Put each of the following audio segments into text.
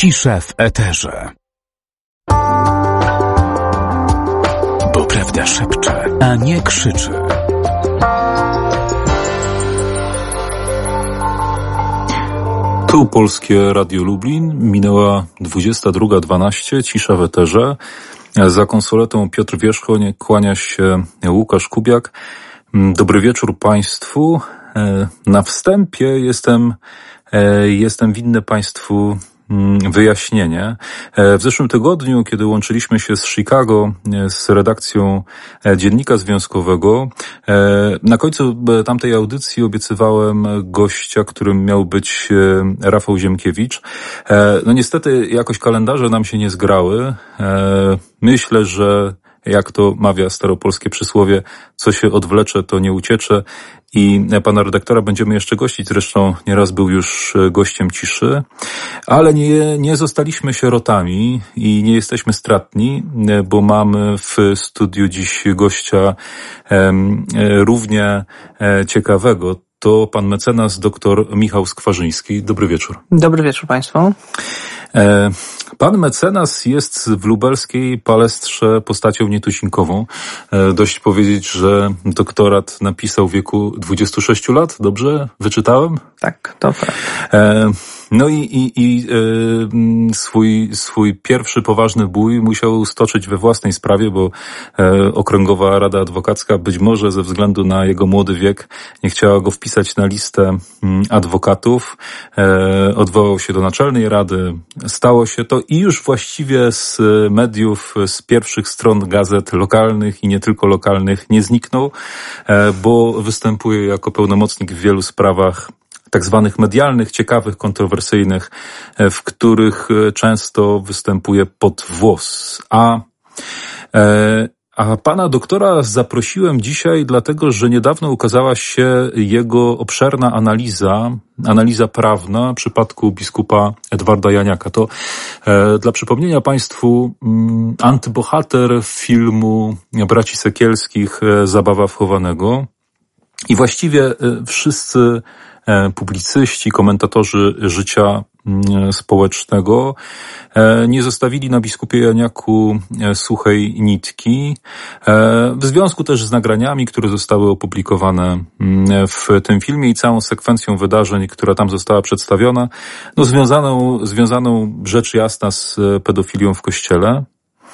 Cisza w eterze. Bo prawda szepcze, a nie krzyczy. Tu Polskie Radio Lublin, minęła 22:12, cisza w eterze. Za konsoletą Piotr Wierzchoń, kłania się Łukasz Kubiak. Dobry wieczór Państwu. Na wstępie jestem winny Państwu wyjaśnienie. W zeszłym tygodniu, kiedy łączyliśmy się z Chicago, z redakcją Dziennika Związkowego, na końcu tamtej audycji obiecywałem gościa, którym miał być Rafał Ziemkiewicz. No niestety jakoś kalendarze nam się nie zgrały. Myślę, że jak to mawia staropolskie przysłowie, co się odwlecze, to nie uciecze. I pana redaktora będziemy jeszcze gościć, zresztą nieraz był już gościem ciszy, ale nie zostaliśmy sierotami i nie jesteśmy stratni, bo mamy w studiu dziś gościa równie ciekawego. To pan mecenas dr Michał Skwarzyński. Dobry wieczór. Dobry wieczór Państwu. Pan mecenas jest w lubelskiej Palestrze postacią nietuzinkową. Dość powiedzieć, że doktorat napisał w wieku 26 lat. Dobrze wyczytałem? Tak, to prawda. No i swój pierwszy poważny bój musiał stoczyć we własnej sprawie, bo Okręgowa Rada Adwokacka być może ze względu na jego młody wiek nie chciała go wpisać na listę adwokatów. Odwołał się do Naczelnej Rady. Stało się to i już właściwie z mediów, z pierwszych stron gazet lokalnych i nie tylko lokalnych nie zniknął, bo występuje jako pełnomocnik w wielu sprawach tak zwanych medialnych, ciekawych, kontrowersyjnych, w których często występuje pod włos. A pana doktora zaprosiłem dzisiaj dlatego, że niedawno ukazała się jego obszerna analiza prawna w przypadku biskupa Edwarda Janiaka. To dla przypomnienia Państwu antybohater filmu Braci Sekielskich Zabawa wchowanego. I właściwie wszyscy publicyści, komentatorzy życia społecznego nie zostawili na biskupie Janiaku suchej nitki. W związku też z nagraniami, które zostały opublikowane w tym filmie i całą sekwencją wydarzeń, która tam została przedstawiona, no związaną rzecz jasna z pedofilią w Kościele.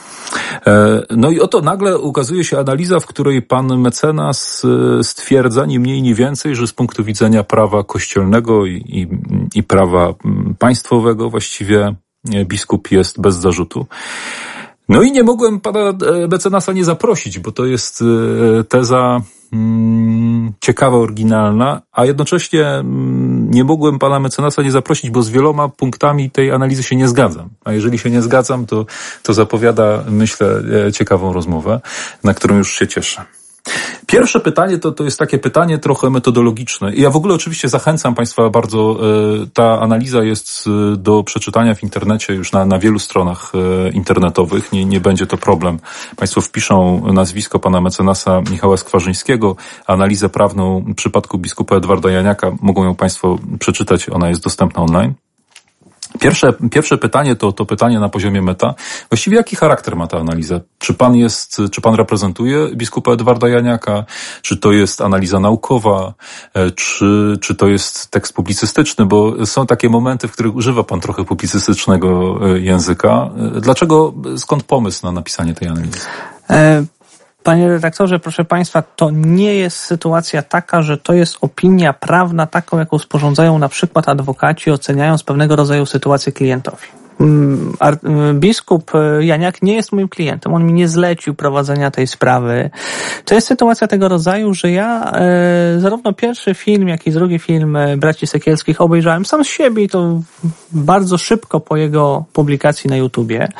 No i oto nagle ukazuje się analiza, w której pan mecenas stwierdza ni mniej ni więcej, że z punktu widzenia prawa kościelnego i prawa państwowego właściwie biskup jest bez zarzutu. No i nie mogłem pana mecenasa nie zaprosić, bo to jest teza ciekawa, oryginalna, a jednocześnie nie mogłem pana mecenasa nie zaprosić, bo z wieloma punktami tej analizy się nie zgadzam. A jeżeli się nie zgadzam, to zapowiada, myślę, ciekawą rozmowę, na którą już się cieszę. Pierwsze pytanie to jest takie pytanie trochę metodologiczne. I ja w ogóle oczywiście zachęcam Państwa bardzo, ta analiza jest do przeczytania w internecie już na wielu stronach internetowych. Nie będzie to problem. Państwo wpiszą nazwisko pana mecenasa Michała Skwarzyńskiego, analizę prawną w przypadku biskupa Edwarda Janiaka. Mogą ją Państwo przeczytać, ona jest dostępna online. Pierwsze pytanie to pytanie na poziomie meta. Właściwie jaki charakter ma ta analiza? Czy pan reprezentuje biskupa Edwarda Janiaka? Czy to jest analiza naukowa? Czy to jest tekst publicystyczny? Bo są takie momenty, w których używa pan trochę publicystycznego języka. Skąd pomysł na napisanie tej analizy? Panie redaktorze, proszę Państwa, to nie jest sytuacja taka, że to jest opinia prawna taką, jaką sporządzają na przykład adwokaci, oceniając pewnego rodzaju sytuację klientowi. Biskup Janiak nie jest moim klientem, on mi nie zlecił prowadzenia tej sprawy. To jest sytuacja tego rodzaju, że ja zarówno pierwszy film, jak i drugi film Braci Sekielskich obejrzałem sam z siebie i to bardzo szybko po jego publikacji na YouTubie.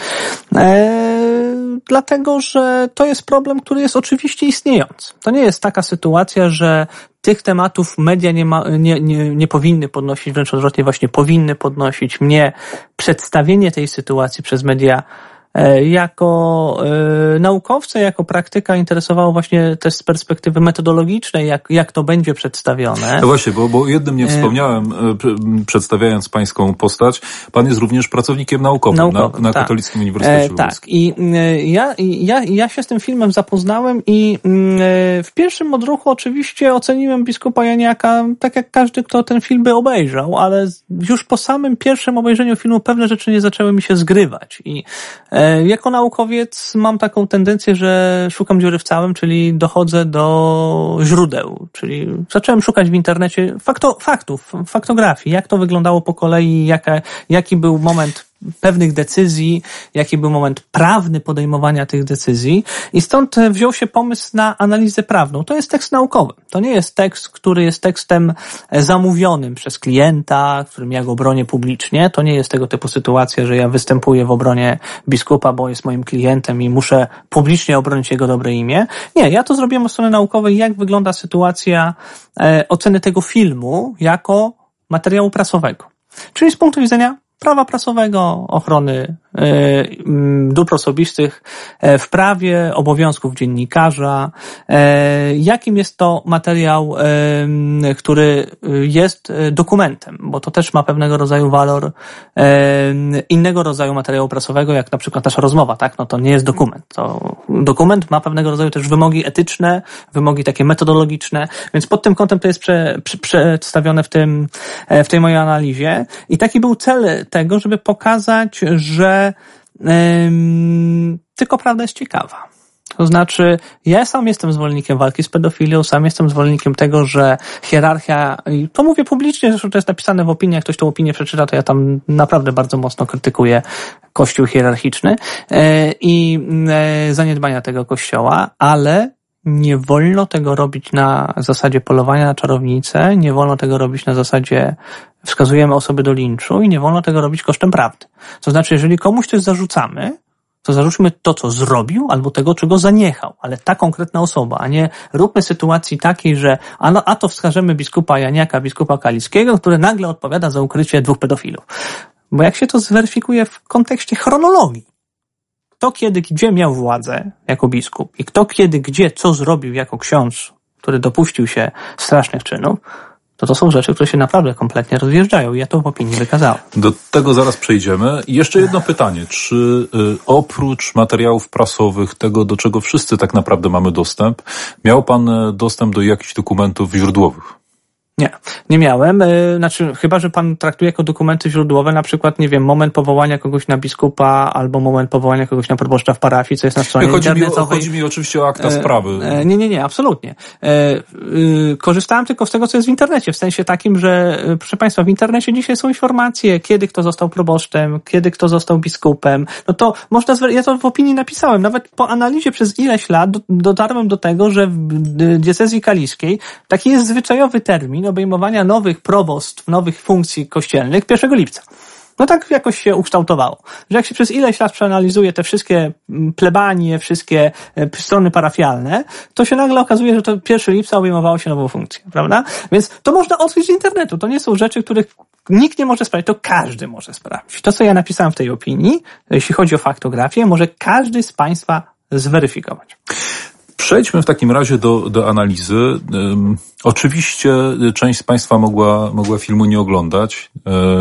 Dlatego, że to jest problem, który jest oczywiście istniejący. To nie jest taka sytuacja, że tych tematów media nie powinny podnosić, wręcz odwrotnie właśnie powinny podnosić. Mnie przedstawienie tej sytuacji przez media Jako naukowca, jako praktyka interesowało właśnie też z perspektywy metodologicznej, jak to będzie przedstawione. No właśnie, bo jednym nie wspomniałem, przedstawiając pańską postać. Pan jest również pracownikiem naukowym na tak. Katolickim Uniwersytecie Lubelskim. Tak. I ja się z tym filmem zapoznałem i w pierwszym odruchu oczywiście oceniłem biskupa Janiaka tak jak każdy, kto ten film by obejrzał, ale już po samym pierwszym obejrzeniu filmu pewne rzeczy nie zaczęły mi się zgrywać. I jako naukowiec mam taką tendencję, że szukam dziury w całym, czyli dochodzę do źródeł, czyli zacząłem szukać w internecie faktów, faktografii, jak to wyglądało po kolei, jaki był moment pewnych decyzji, jaki był moment prawny podejmowania tych decyzji i stąd wziął się pomysł na analizę prawną. To jest tekst naukowy. To nie jest tekst, który jest tekstem zamówionym przez klienta, którym ja go bronię publicznie. To nie jest tego typu sytuacja, że ja występuję w obronie biskupa, bo jest moim klientem i muszę publicznie obronić jego dobre imię. Nie, ja to zrobiłem od strony naukowej, jak wygląda sytuacja oceny tego filmu jako materiału prasowego. Czyli z punktu widzenia prawa prasowego, ochrony dóbr osobistych w prawie, obowiązków dziennikarza, jakim jest to materiał, który jest dokumentem, bo to też ma pewnego rodzaju walor innego rodzaju materiału prasowego, jak na przykład nasza rozmowa, tak? No to nie jest dokument. To dokument ma pewnego rodzaju też wymogi etyczne, wymogi takie metodologiczne, więc pod tym kątem to jest przedstawione w tej mojej analizie i taki był cel tego, żeby pokazać, że tylko prawda jest ciekawa. To znaczy, ja sam jestem zwolennikiem walki z pedofilią, sam jestem zwolennikiem tego, że hierarchia, i to mówię publicznie, zresztą to jest napisane w opinii, jak ktoś tą opinię przeczyta, to ja tam naprawdę bardzo mocno krytykuję Kościół hierarchiczny i zaniedbania tego Kościoła, ale nie wolno tego robić na zasadzie polowania na czarownicę, nie wolno tego robić na zasadzie wskazujemy osoby do linczu i nie wolno tego robić kosztem prawdy. To znaczy, jeżeli komuś coś zarzucamy, to zarzućmy to, co zrobił, albo tego, czego zaniechał, ale ta konkretna osoba, a nie róbmy sytuacji takiej, że a to wskażemy biskupa Janiaka, biskupa Kaliskiego, który nagle odpowiada za ukrycie 2 pedofilów. Bo jak się to zweryfikuje w kontekście chronologii, kto kiedy, gdzie miał władzę jako biskup i kto kiedy, gdzie, co zrobił jako ksiądz, który dopuścił się strasznych czynów, to są rzeczy, które się naprawdę kompletnie rozjeżdżają i ja to w opinii wykazałem. Do tego zaraz przejdziemy. I jeszcze jedno pytanie. Czy oprócz materiałów prasowych, tego do czego wszyscy tak naprawdę mamy dostęp, miał pan dostęp do jakichś dokumentów źródłowych? Nie miałem. Znaczy, chyba że pan traktuje jako dokumenty źródłowe, na przykład, nie wiem, moment powołania kogoś na biskupa albo moment powołania kogoś na proboszcza w parafii, co jest na stronie internetowej. Chodzi mi oczywiście o akta sprawy. Nie, absolutnie. Korzystałem tylko z tego, co jest w internecie, w sensie takim, że, proszę państwa, w internecie dzisiaj są informacje, kiedy kto został proboszczem, kiedy kto został biskupem. No to można, ja to w opinii napisałem, nawet po analizie przez ileś lat dotarłem do tego, że w diecezji kaliskiej taki jest zwyczajowy termin obejmowania nowych probostw, nowych funkcji kościelnych 1 lipca. No tak jakoś się ukształtowało, że jak się przez ileś lat przeanalizuje te wszystkie plebanie, wszystkie strony parafialne, to się nagle okazuje, że to 1 lipca obejmowało się nową funkcję, prawda? Więc to można odkryć z internetu. To nie są rzeczy, których nikt nie może sprawdzić, to każdy może sprawdzić. To, co ja napisałem w tej opinii, jeśli chodzi o faktografię, może każdy z państwa zweryfikować. Przejdźmy w takim razie do analizy. Oczywiście część z państwa mogła filmu nie oglądać,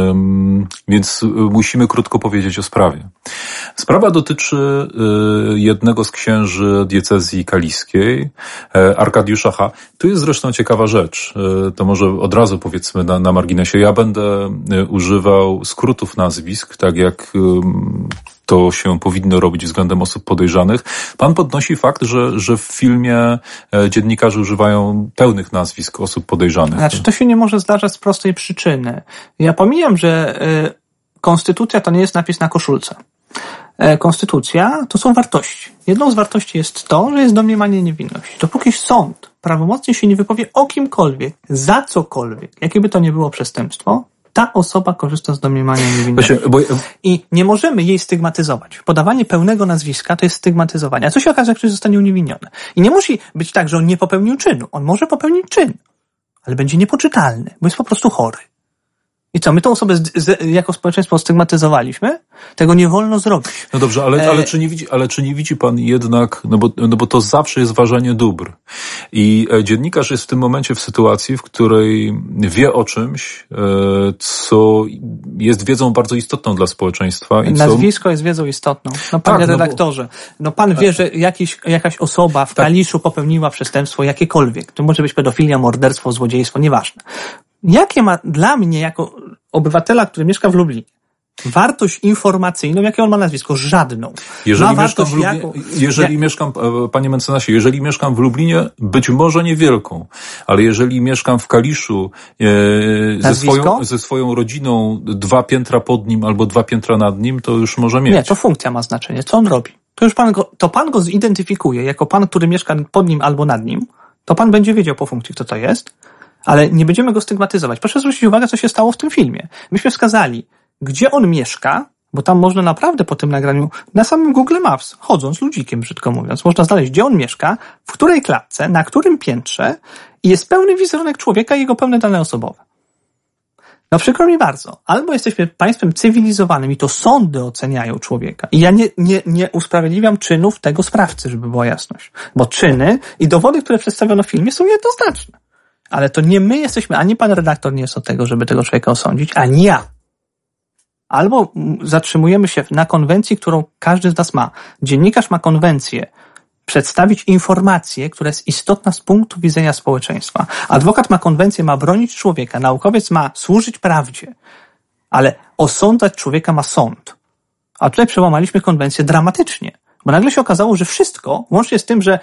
więc musimy krótko powiedzieć o sprawie. Sprawa dotyczy jednego z księży diecezji kaliskiej, Arkadiusza H. Tu jest zresztą ciekawa rzecz. To może od razu powiedzmy na marginesie. Ja będę używał skrótów nazwisk, tak jak to się powinno robić względem osób podejrzanych. Pan podnosi fakt, że w filmie dziennikarze używają pełnych nazwisk osób podejrzanych. Znaczy, to się nie może zdarzać z prostej przyczyny. Ja pomijam, że konstytucja to nie jest napis na koszulce. Konstytucja to są wartości. Jedną z wartości jest to, że jest domniemanie niewinności. Dopóki sąd prawomocnie się nie wypowie o kimkolwiek, za cokolwiek, jakie by to nie było przestępstwo, ta osoba korzysta z domniemania niewinności. I nie możemy jej stygmatyzować. Podawanie pełnego nazwiska to jest stygmatyzowanie. A co się okaże, jak ktoś zostanie uniewinniony? I nie musi być tak, że on nie popełnił czynu. On może popełnić czyn, ale będzie niepoczytalny, bo jest po prostu chory. I co, my tą osobę jako społeczeństwo stygmatyzowaliśmy? Tego nie wolno zrobić. No dobrze, ale czy nie widzi pan jednak, no bo to zawsze jest ważenie dóbr. I dziennikarz jest w tym momencie w sytuacji, w której wie o czymś, co jest wiedzą bardzo istotną dla społeczeństwa. Nazwisko jest wiedzą istotną. No panie redaktorze, pan wie, że jakaś osoba w Kaliszu popełniła przestępstwo jakiekolwiek. To może być pedofilia, morderstwo, złodziejstwo, nieważne. Jakie ma dla mnie, jako obywatela, który mieszka w Lublinie, wartość informacyjną, jakie on ma nazwisko? Żadną. Panie mecenasie, jeżeli mieszkam w Lublinie, być może niewielką, ale jeżeli mieszkam w Kaliszu ze swoją rodziną 2 piętra pod nim albo 2 piętra nad nim, to już może mieć. Nie, to funkcja ma znaczenie. Co on robi? To pan go zidentyfikuje jako pan, który mieszka pod nim albo nad nim, to pan będzie wiedział po funkcji, kto to jest, ale nie będziemy go stygmatyzować. Proszę zwrócić uwagę, co się stało w tym filmie. Myśmy wskazali, gdzie on mieszka, bo tam można naprawdę po tym nagraniu, na samym Google Maps, chodząc ludzikiem, brzydko mówiąc, można znaleźć, gdzie on mieszka, w której klatce, na którym piętrze i jest pełny wizerunek człowieka i jego pełne dane osobowe. No przykro mi bardzo. Albo jesteśmy państwem cywilizowanym i to sądy oceniają człowieka. I ja nie usprawiedliwiam czynów tego sprawcy, żeby była jasność. Bo czyny i dowody, które przedstawiono w filmie, są jednoznaczne. Ale to nie my jesteśmy, ani pan redaktor nie jest od tego, żeby tego człowieka osądzić, ani ja. Albo zatrzymujemy się na konwencji, którą każdy z nas ma. Dziennikarz ma konwencję przedstawić informację, która jest istotna z punktu widzenia społeczeństwa. Adwokat ma konwencję, ma bronić człowieka. Naukowiec ma służyć prawdzie. Ale osądzać człowieka ma sąd. A tutaj przełamaliśmy konwencję dramatycznie. Bo nagle się okazało, że wszystko, łącznie z tym, że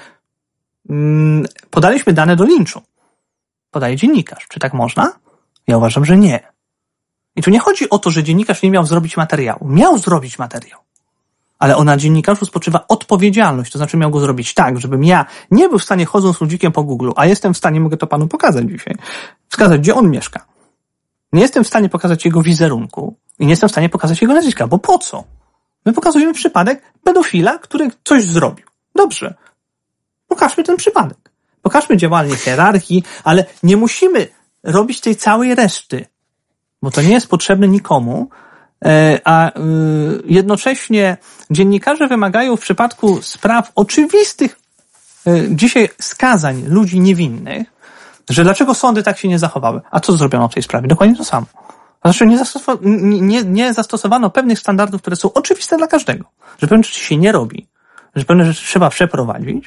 podaliśmy dane do linczu. Podaje dziennikarz. Czy tak można? Ja uważam, że nie. I tu nie chodzi o to, że dziennikarz nie miał zrobić materiału. Miał zrobić materiał. Ale na dziennikarzu spoczywa odpowiedzialność. To znaczy miał go zrobić tak, żebym ja nie był w stanie, chodząc ludzikiem po Google, a jestem w stanie, mogę to panu pokazać dzisiaj, wskazać, gdzie on mieszka. Nie jestem w stanie pokazać jego wizerunku i nie jestem w stanie pokazać jego nazwiska, bo po co? My pokazujemy przypadek pedofila, który coś zrobił. Dobrze. Pokażmy ten przypadek. Pokażmy działanie hierarchii, ale nie musimy robić tej całej reszty, bo to nie jest potrzebne nikomu, a jednocześnie dziennikarze wymagają w przypadku spraw oczywistych dzisiaj skazań ludzi niewinnych, że dlaczego sądy tak się nie zachowały? A co zrobiono w tej sprawie? Dokładnie to samo. Znaczy nie zastosowano pewnych standardów, które są oczywiste dla każdego. Że pewne rzeczy się nie robi, że pewne rzeczy trzeba przeprowadzić,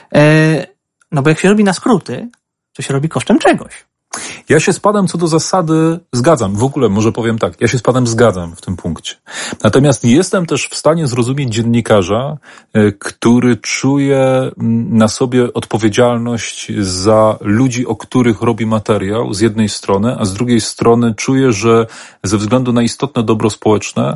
no bo jak się robi na skróty, to się robi kosztem czegoś. Ja się z panem co do zasady zgadzam. W ogóle może powiem tak, ja się z panem zgadzam w tym punkcie. Natomiast jestem też w stanie zrozumieć dziennikarza, który czuje na sobie odpowiedzialność za ludzi, o których robi materiał z jednej strony, a z drugiej strony czuje, że ze względu na istotne dobro społeczne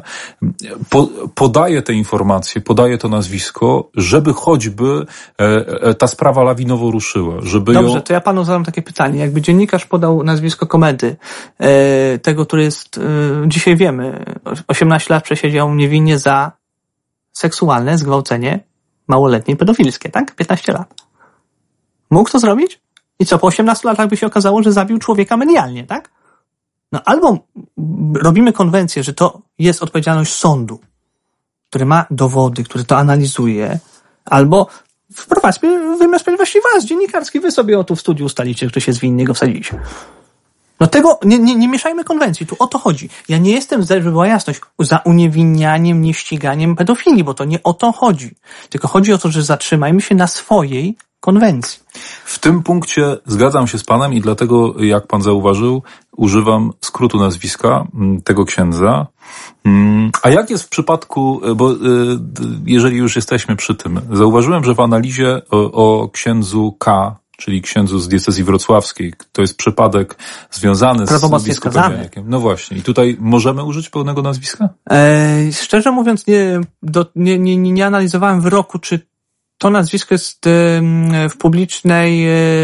podaje te informacje, podaje to nazwisko, żeby choćby ta sprawa lawinowo ruszyła. Dobrze, to ja panu zadam takie pytanie. Jakby dziennikarz podał nazwisko Komedy, tego, który jest, dzisiaj wiemy, 18 lat przesiedział niewinnie za seksualne zgwałcenie małoletnie pedofilskie, tak? 15 lat. Mógł to zrobić? I co, po 18 latach by się okazało, że zabił człowieka medialnie, tak? No albo robimy konwencję, że to jest odpowiedzialność sądu, który ma dowody, który to analizuje, albo wprowadźmy wymiar sprawiedliwości was, dziennikarski, wy sobie tu w studiu ustalicie, że ktoś jest winny, go wsadzicie. No tego, nie mieszajmy konwencji, tu o to chodzi. Ja nie jestem, żeby była jasność, za uniewinnianiem, nieściganiem pedofilii, bo to nie o to chodzi. Tylko chodzi o to, że zatrzymajmy się na swojej konwencji. W tym punkcie zgadzam się z panem i dlatego, jak pan zauważył, używam skrótu nazwiska tego księdza. A jak jest w przypadku, bo jeżeli już jesteśmy przy tym, zauważyłem, że w analizie o księdzu K., czyli księdzu z diecezji wrocławskiej, to jest przypadek związany z biskupem Janiakiem. No właśnie. I tutaj możemy użyć pełnego nazwiska? Szczerze mówiąc, nie analizowałem wyroku, czy to nazwisko jest w publicznej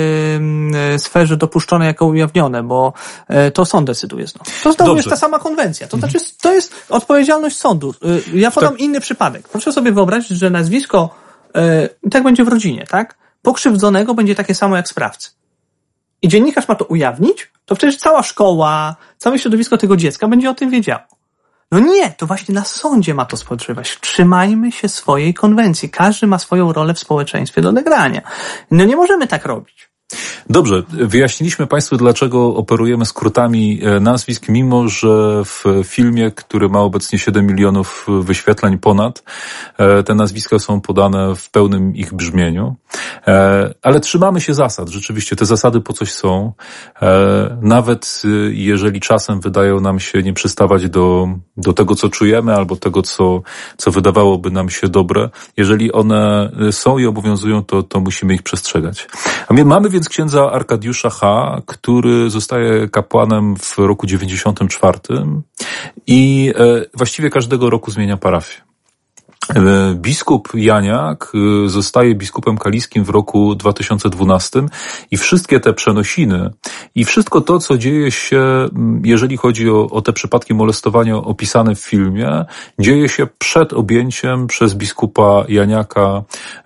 sferze dopuszczone jako ujawnione, bo to sąd decyduje znowu. To znowu jest ta sama konwencja. To znaczy, to jest odpowiedzialność sądu. Ja podam inny przypadek. Proszę sobie wyobrazić, że nazwisko, tak będzie w rodzinie, tak? Pokrzywdzonego będzie takie samo jak sprawcy. I dziennikarz ma to ujawnić, to przecież cała szkoła, całe środowisko tego dziecka będzie o tym wiedziało. No nie, to właśnie na sądzie ma to spoczywać. Trzymajmy się swojej konwencji. Każdy ma swoją rolę w społeczeństwie do odegrania. No nie możemy tak robić. Dobrze, wyjaśniliśmy Państwu, dlaczego operujemy skrótami nazwisk, mimo że w filmie, który ma obecnie 7 milionów wyświetleń ponad, te nazwiska są podane w pełnym ich brzmieniu. Ale trzymamy się zasad. Rzeczywiście te zasady po coś są. Nawet jeżeli czasem wydają nam się nie przystawać do tego, co czujemy, albo tego, co wydawałoby nam się dobre. Jeżeli one są i obowiązują, to musimy ich przestrzegać. A my mamy więc księdza Arkadiusza H., który zostaje kapłanem w roku 94 i właściwie każdego roku zmienia parafię. Biskup Janiak zostaje biskupem kaliskim w roku 2012 i wszystkie te przenosiny i wszystko to, co dzieje się, jeżeli chodzi o te przypadki molestowania opisane w filmie, dzieje się przed objęciem przez biskupa Janiaka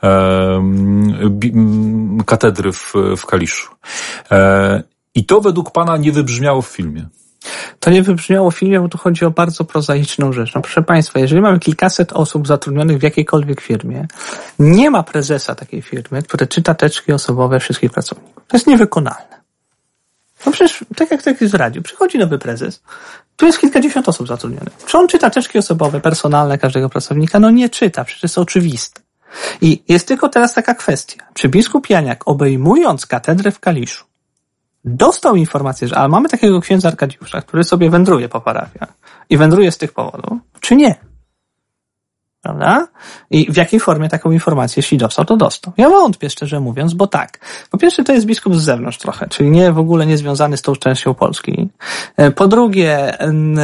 katedry w Kaliszu. I to według pana nie wybrzmiało w filmie. To nie wybrzmiało w filmie, bo tu chodzi o bardzo prozaiczną rzecz. No proszę Państwa, jeżeli mamy kilkaset osób zatrudnionych w jakiejkolwiek firmie, nie ma prezesa takiej firmy, który czyta teczki osobowe wszystkich pracowników. To jest niewykonalne. No przecież, tak jak jest w radiu, przychodzi nowy prezes, tu jest kilkadziesiąt osób zatrudnionych. Czy on czyta teczki osobowe, personalne każdego pracownika? No nie czyta, przecież jest oczywiste. I jest tylko teraz taka kwestia, czy biskup Janiak, obejmując katedrę w Kaliszu, dostał informację, że ale mamy takiego księdza Arkadiusza, który sobie wędruje po parafiach i wędruje z tych powodów, czy nie? Prawda? I w jakiej formie taką informację, jeśli dostał, to dostał. Ja wątpię, szczerze mówiąc, bo tak. Po pierwsze, to jest biskup z zewnątrz trochę, czyli nie w ogóle nie związany z tą częścią Polski. Po drugie,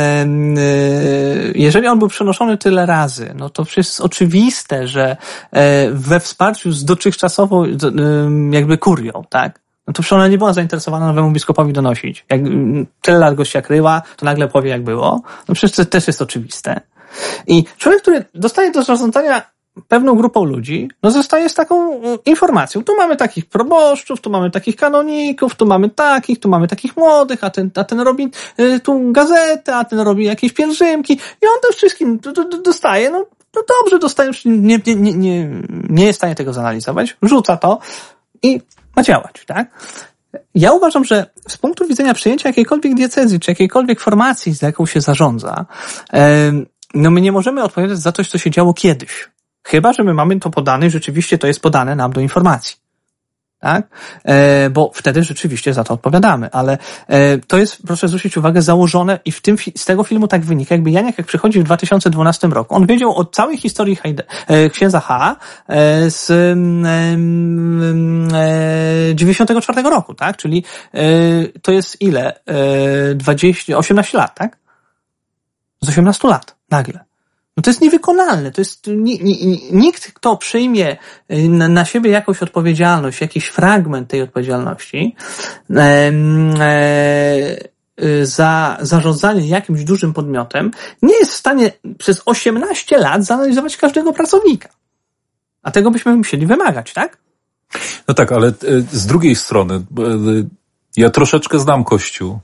jeżeli on był przenoszony tyle razy, no to przecież jest oczywiste, że we wsparciu z dotychczasową jakby kurią, tak? No to przecież ona nie była zainteresowana nowemu biskupowi donosić. Jak tyle lat gościa kryła, to nagle powie, jak było. No przecież to też jest oczywiste. I człowiek, który dostaje do zarządzania pewną grupą ludzi, no zostaje z taką informacją. Tu mamy takich proboszczów, tu mamy takich kanoników, tu mamy takich młodych, a ten robi tu gazetę, a ten robi jakieś pielgrzymki i on to wszystkim dostaje. No dobrze, dostaje, nie jest w stanie tego zanalizować, rzuca to i ma działać, tak? Ja uważam, że z punktu widzenia przyjęcia jakiejkolwiek diecezji, czy jakiejkolwiek formacji, z jaką się zarządza, no my nie możemy odpowiadać za coś, co się działo kiedyś. Chyba że my mamy to podane i rzeczywiście to jest podane nam do informacji. Tak? Bo wtedy rzeczywiście za to odpowiadamy, ale to jest, proszę zwrócić uwagę, założone i z tego filmu tak wynika, jakby Janiak, jak przychodzi w 2012 roku, on wiedział o całej historii księdza H. z 94 roku, tak? Czyli to jest ile? 18 lat, tak? Z 18 lat, nagle. No to jest niewykonalne. To jest nikt, kto przyjmie na siebie jakąś odpowiedzialność, jakiś fragment tej odpowiedzialności za zarządzanie jakimś dużym podmiotem, nie jest w stanie przez 18 lat zanalizować każdego pracownika. A tego byśmy musieli wymagać, tak? No tak, ale z drugiej strony, ja troszeczkę znam Kościół.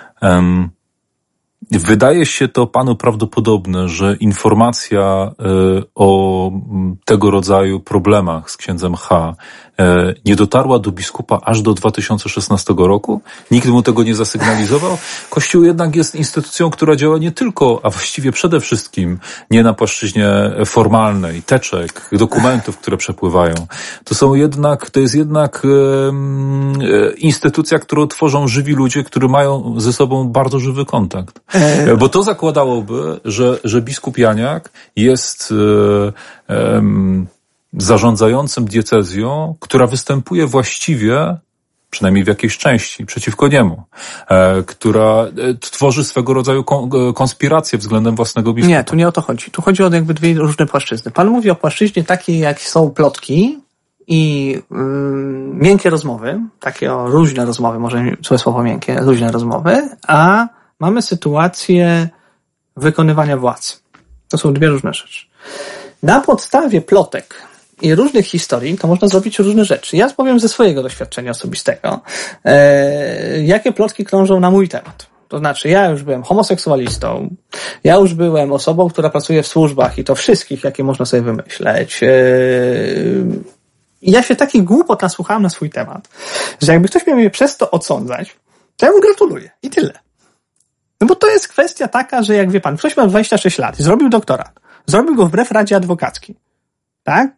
Wydaje się to panu prawdopodobne, że informacja o tego rodzaju problemach z księdzem H. nie dotarła do biskupa aż do 2016 roku? Nikt mu tego nie zasygnalizował? Kościół jednak jest instytucją, która działa nie tylko, a właściwie przede wszystkim nie na płaszczyźnie formalnej, teczek, dokumentów, które przepływają. To jest jednak instytucja, którą tworzą żywi ludzie, którzy mają ze sobą bardzo żywy kontakt. Bo to zakładałoby, że biskup Janiak jest zarządzającym diecezją, która występuje właściwie, przynajmniej w jakiejś części, przeciwko niemu, która tworzy swego rodzaju konspirację względem własnego biskupa. Nie, tu nie o to chodzi. Tu chodzi o jakby dwie różne płaszczyzny. Pan mówi o płaszczyźnie takiej, jak są plotki i miękkie rozmowy, takie o luźne rozmowy, może złe słowo miękkie, luźne rozmowy, a mamy sytuację wykonywania władzy. To są dwie różne rzeczy. Na podstawie plotek i różnych historii, to można zrobić różne rzeczy. Ja powiem ze swojego doświadczenia osobistego, jakie plotki krążą na mój temat. To znaczy, ja już byłem homoseksualistą, ja już byłem osobą, która pracuje w służbach i to wszystkich, jakie można sobie wymyśleć. Ja się takich głupot nasłuchałem na swój temat, że jakby ktoś miał mnie przez to odsądzać, to ja mu gratuluję. I tyle. No bo to jest kwestia taka, że jak wie pan, ktoś ma 26 lat i zrobił doktorat, zrobił go wbrew Radzie Adwokackiej, tak?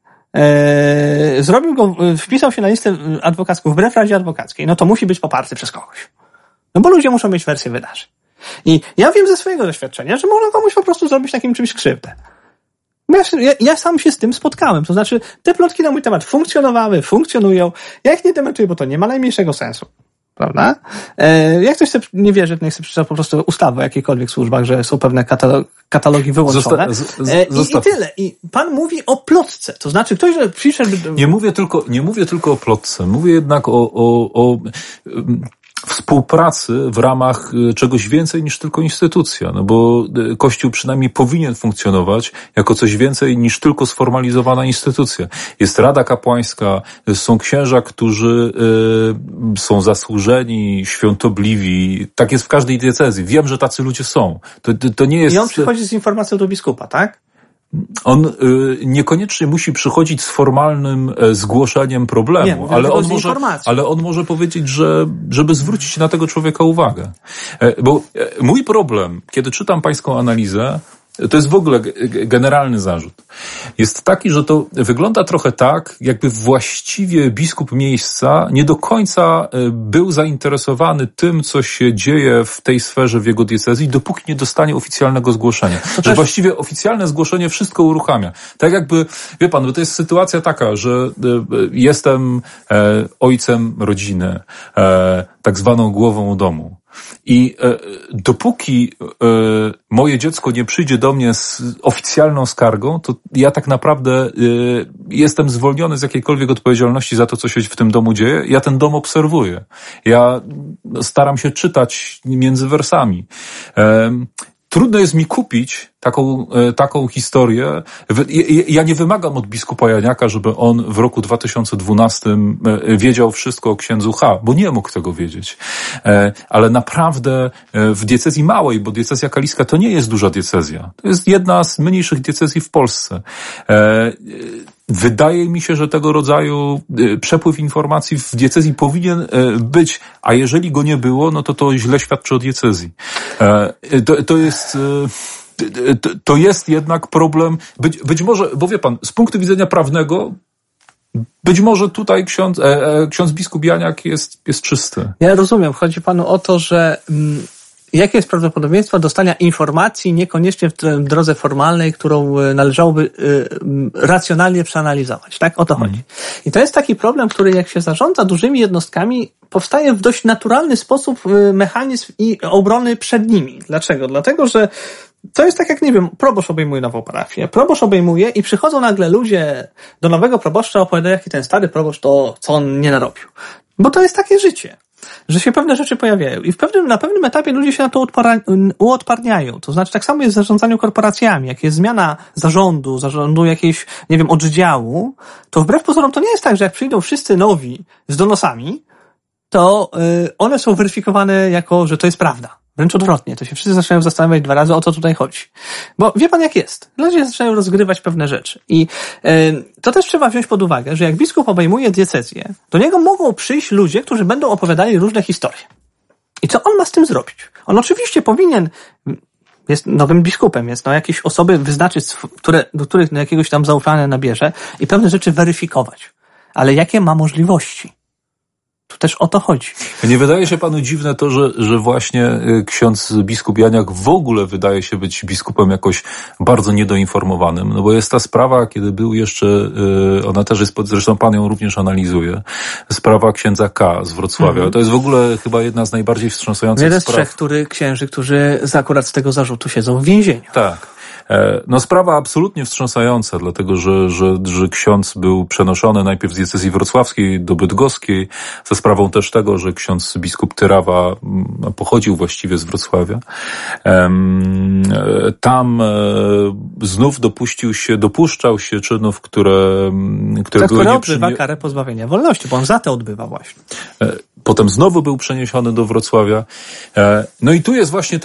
Zrobił go, wpisał się na listę adwokacką wbrew Radzie Adwokackiej, no to musi być poparty przez kogoś. No bo ludzie muszą mieć wersję wydarzeń. I ja wiem ze swojego doświadczenia, że można komuś po prostu zrobić takim czymś krzywdę. Ja sam się z tym spotkałem. To znaczy, te plotki na mój temat funkcjonowały, funkcjonują. Ja ich nie dementuję, bo to nie ma najmniejszego sensu. Prawda? Jak ktoś nie wierzy, to niech sobie przeczyta po prostu ustawy o jakichkolwiek służbach, że są pewne katalogi wyłączone. I tyle. I pan mówi o plotce. To znaczy, ktoś, że przyszedł... Nie mówię tylko o plotce. Mówię jednak o współpracy w ramach czegoś więcej niż tylko instytucja, no bo Kościół przynajmniej powinien funkcjonować jako coś więcej niż tylko sformalizowana instytucja. Jest Rada Kapłańska, są księża, którzy są zasłużeni, świątobliwi. Tak jest w każdej diecezji. Wiem, że tacy ludzie są. To nie jest... I on przychodzi z informacją do biskupa, tak? On niekoniecznie musi przychodzić z formalnym zgłoszeniem problemu, ale on może powiedzieć, żeby zwrócić na tego człowieka uwagę. Bo mój problem, kiedy czytam pańską analizę, to jest w ogóle generalny zarzut. Jest taki, że to wygląda trochę tak, jakby właściwie biskup miejsca nie do końca był zainteresowany tym, co się dzieje w tej sferze w jego diecezji, dopóki nie dostanie oficjalnego zgłoszenia. Że właściwie oficjalne zgłoszenie wszystko uruchamia. Tak jakby, wie pan, bo to jest sytuacja taka, że jestem ojcem rodziny, tak zwaną głową domu. I dopóki moje dziecko nie przyjdzie do mnie z oficjalną skargą, to ja tak naprawdę jestem zwolniony z jakiejkolwiek odpowiedzialności za to, co się w tym domu dzieje. Ja ten dom obserwuję. Ja staram się czytać między wersami. Trudno jest mi kupić taką historię. Ja nie wymagam od biskupa Janiaka, żeby on w roku 2012 wiedział wszystko o księdzu H., bo nie mógł tego wiedzieć. Ale naprawdę w diecezji małej, bo diecezja kaliska to nie jest duża diecezja. To jest jedna z mniejszych diecezji w Polsce. Wydaje mi się, że tego rodzaju przepływ informacji w diecezji powinien być, a jeżeli go nie było, no to źle świadczy o diecezji. To jest jednak problem, być może, bo wie pan, z punktu widzenia prawnego, być może tutaj ksiądz biskup Janiak jest czysty. Ja rozumiem, chodzi panu o to, że jakie jest prawdopodobieństwo dostania informacji niekoniecznie w drodze formalnej, którą należałoby racjonalnie przeanalizować, tak? O to chodzi. I to jest taki problem, który jak się zarządza dużymi jednostkami, powstaje w dość naturalny sposób mechanizm i obrony przed nimi. Dlaczego? Dlatego, że to jest tak jak, nie wiem, proboszcz obejmuje nową parafię. Proboszcz obejmuje i przychodzą nagle ludzie do nowego proboszcza, opowiadają, jaki ten stary proboszcz to, co on nie narobił. Bo to jest takie życie, że się pewne rzeczy pojawiają i na pewnym etapie ludzie się na to uodparniają. To znaczy tak samo jest w zarządzaniu korporacjami. Jak jest zmiana zarządu jakiejś, nie wiem, oddziału, to wbrew pozorom to nie jest tak, że jak przyjdą wszyscy nowi z donosami, to one są weryfikowane jako, że to jest prawda. Wręcz odwrotnie, to się wszyscy zaczynają zastanawiać 2 razy, o co tutaj chodzi. Bo wie pan jak jest. Ludzie zaczynają rozgrywać pewne rzeczy. I to też trzeba wziąć pod uwagę, że jak biskup obejmuje diecezję, do niego mogą przyjść ludzie, którzy będą opowiadali różne historie. I co on ma z tym zrobić? On oczywiście powinien, jest nowym biskupem, jest jakieś osoby wyznaczyć, do których jakiegoś tam zaufania nabierze i pewne rzeczy weryfikować. Ale jakie ma możliwości? Tu też o to chodzi. Nie wydaje się panu dziwne to, że właśnie ksiądz biskup Janiak w ogóle wydaje się być biskupem jakoś bardzo niedoinformowanym, no bo jest ta sprawa, kiedy był jeszcze, ona też jest, zresztą pan ją również analizuje, sprawa księdza K. z Wrocławia. To jest w ogóle chyba jedna z najbardziej wstrząsających spraw. Jeden z 3 księży, którzy akurat z tego zarzutu siedzą w więzieniu. Tak. No sprawa absolutnie wstrząsająca, dlatego że ksiądz był przenoszony najpierw z diecezji wrocławskiej do bydgoskiej, za sprawą też tego, że ksiądz biskup Tyrawa pochodził właściwie z Wrocławia. Tam znów dopuszczał się czynów, które były odbywa karę pozbawienia wolności, bo on za to odbywa właśnie. Potem znowu był przeniesiony do Wrocławia. No i tu jest właśnie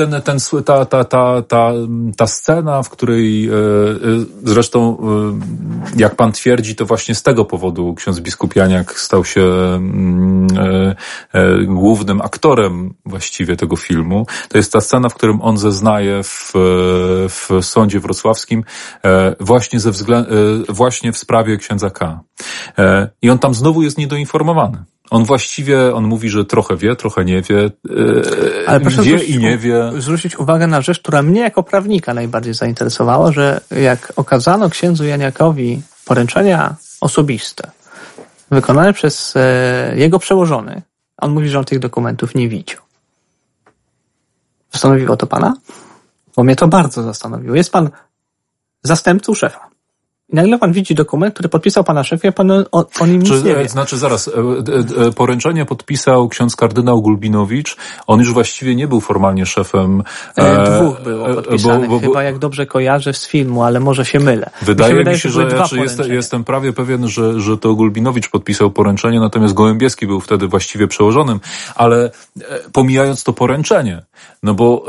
ta scena, w której zresztą, jak pan twierdzi, to właśnie z tego powodu ksiądz biskup Janiak stał się głównym aktorem właściwie tego filmu. To jest ta scena, w którym on zeznaje w sądzie wrocławskim właśnie w sprawie księdza K. I on tam znowu jest niedoinformowany. On mówi, że trochę wie, trochę nie wie, ale proszę wie i nie wie. Zwrócić uwagę na rzecz, która mnie jako prawnika najbardziej zainteresowała, że jak okazano księdzu Janiakowi poręczenia osobiste, wykonane przez jego przełożony, on mówi, że on tych dokumentów nie widział. Zastanowiło to pana? Bo mnie to bardzo zastanowiło. Jest pan zastępcą szefa. I nagle pan widzi dokument, który podpisał pana szefie, a pan o nim nic nie wie. Znaczy zaraz, poręczenie podpisał ksiądz kardynał Gulbinowicz. On już właściwie nie był formalnie szefem. Dwóch było podpisanych, chyba jak dobrze kojarzę z filmu, ale może się mylę. Wydaje mi się, że jestem prawie pewien, że to Gulbinowicz podpisał poręczenie, natomiast Gołębieski był wtedy właściwie przełożonym, ale pomijając to poręczenie, no bo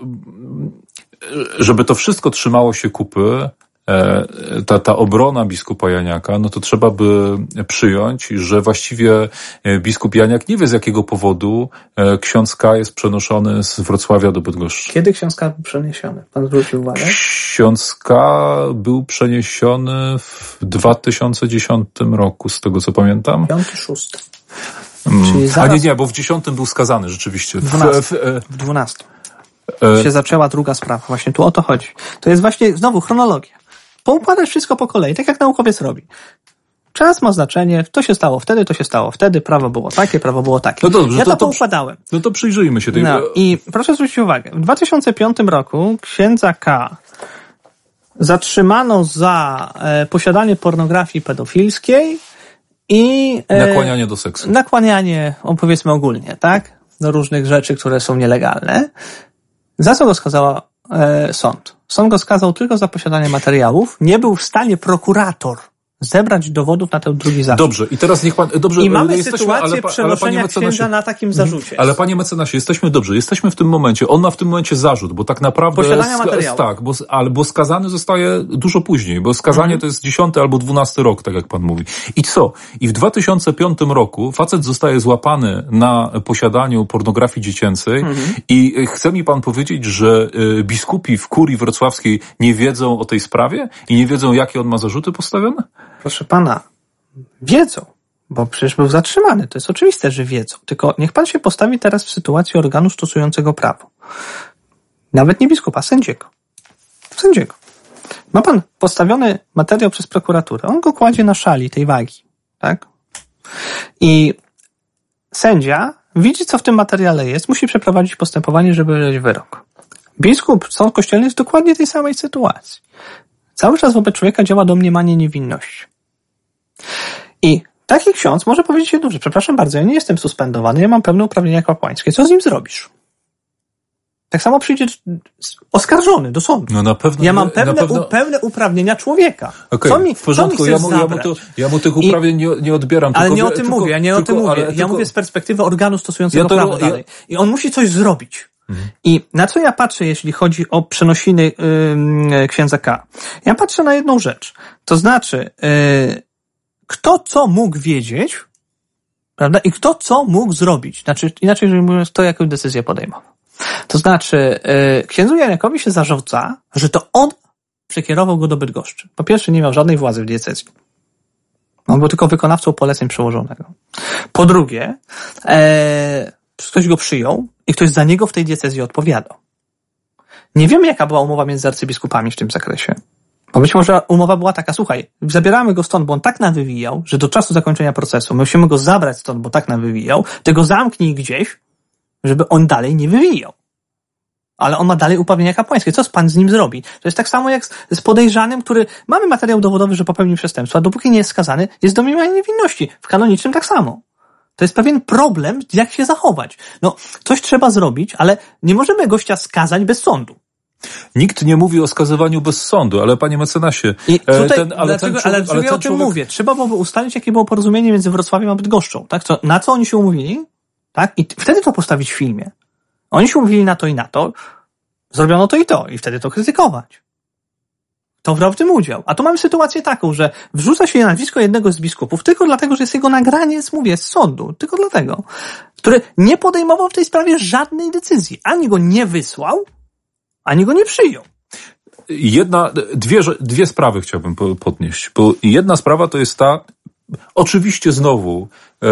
żeby to wszystko trzymało się kupy, ta obrona biskupa Janiaka, no to trzeba by przyjąć, że właściwie biskup Janiak nie wie, z jakiego powodu ksiądz K jest przenoszony z Wrocławia do Bydgoszczy. Kiedy ksiądz K był przeniesiony? Pan zwrócił uwagę? Ksiądz K był przeniesiony w 2010 roku, z tego co pamiętam. 5-6. Nie, bo w 10 był skazany rzeczywiście. W 12 się zaczęła druga sprawa. Właśnie tu o to chodzi. To jest właśnie znowu chronologia. Poukładać wszystko po kolei, tak jak naukowiec robi. Czas ma znaczenie, to się stało wtedy, prawo było takie. No dobrze, ja to poukładałem. No to przyjrzyjmy się tej... No i proszę zwrócić uwagę, w 2005 roku księdza K. zatrzymano za posiadanie pornografii pedofilskiej i... nakłanianie do seksu. Nakłanianie, powiedzmy ogólnie, tak? Do różnych rzeczy, które są nielegalne. Za co go skazała sąd? Sąd go skazał tylko za posiadanie materiałów. Nie był w stanie prokurator zebrać dowodów na ten drugi zarzut. Dobrze, i teraz niech pan... Dobrze, i mamy sytuację przenoszenia księdza na takim zarzucie. Ale panie mecenasie, jesteśmy w tym momencie. On ma w tym momencie zarzut, bo tak naprawdę... Posiadania materiałów. Tak, bo skazany zostaje dużo później, bo skazanie to jest 10 albo 12 rok, tak jak pan mówi. I co? I w 2005 roku facet zostaje złapany na posiadaniu pornografii dziecięcej i chce mi pan powiedzieć, że biskupi w kurii wrocławskiej nie wiedzą o tej sprawie i nie wiedzą, jakie on ma zarzuty postawione? Proszę pana, wiedzą, bo przecież był zatrzymany. To jest oczywiste, że wiedzą. Tylko niech pan się postawi teraz w sytuacji organu stosującego prawo. Nawet nie biskupa, sędziego. Ma pan postawiony materiał przez prokuraturę. On go kładzie na szali tej wagi. Tak? I sędzia widzi, co w tym materiale jest, musi przeprowadzić postępowanie, żeby wydać wyrok. Biskup, sąd kościelny jest dokładnie tej samej sytuacji. Cały czas wobec człowieka działa domniemanie niewinności. I taki ksiądz może powiedzieć jedną rzecz. Przepraszam bardzo, ja nie jestem suspendowany, ja mam pewne uprawnienia kapłańskie. Co z nim zrobisz? Tak samo przyjdzie oskarżony do sądu. No na pewno. Ja mam pewne uprawnienia człowieka. Okej, w porządku, ja mu tych uprawnień nie odbieram. Ale nie o tym mówię, ja mówię z perspektywy organu stosującego prawo dalej. I on musi coś zrobić. I na co ja patrzę, jeśli chodzi o przenosiny księdza K? Ja patrzę na jedną rzecz. To znaczy, kto co mógł wiedzieć, prawda? I kto co mógł zrobić. Znaczy, inaczej rzecz mówiąc, kto jaką decyzję podejmował. To znaczy, księdzu Janiakowi się zarzuca, że to on przekierował go do Bydgoszczy. Po pierwsze, nie miał żadnej władzy w diecezji. On był tylko wykonawcą poleceń przełożonego. Po drugie, ktoś go przyjął i ktoś za niego w tej diecezji odpowiadał. Nie wiemy, jaka była umowa między arcybiskupami w tym zakresie. Bo być może umowa była taka, słuchaj, zabieramy go stąd, bo on tak nawywijał, że do czasu zakończenia procesu musimy go zabrać stąd, bo tak nawywijał, ty go zamknij gdzieś, żeby on dalej nie wywijał. ale on ma dalej uprawnienia kapłańskie. Co pan z nim zrobi? To jest tak samo jak z podejrzanym, który mamy materiał dowodowy, że popełnił przestępstwo, a dopóki nie jest skazany, jest domniemanie niewinności. W kanonicznym tak samo. To jest pewien problem, jak się zachować. No, coś trzeba zrobić, ale nie możemy gościa skazać bez sądu. Nikt nie mówi o skazywaniu bez sądu, ale panie mecenasie... I tutaj, dlaczego ja o tym mówię? Trzeba byłoby ustalić, jakie było porozumienie między Wrocławiem a Bydgoszczą. Tak? Na co oni się umówili? Tak? I wtedy to postawić w filmie. Oni się umówili na to, zrobiono to i wtedy to krytykować. To brał w tym udział. A tu mamy sytuację taką, że wrzuca się nazwisko jednego z biskupów tylko dlatego, że jest jego nagranie, z sądu. Tylko dlatego. Który nie podejmował w tej sprawie żadnej decyzji. Ani go nie wysłał, ani go nie przyjął. Dwie sprawy chciałbym podnieść. Bo jedna sprawa to jest ta, oczywiście znowu,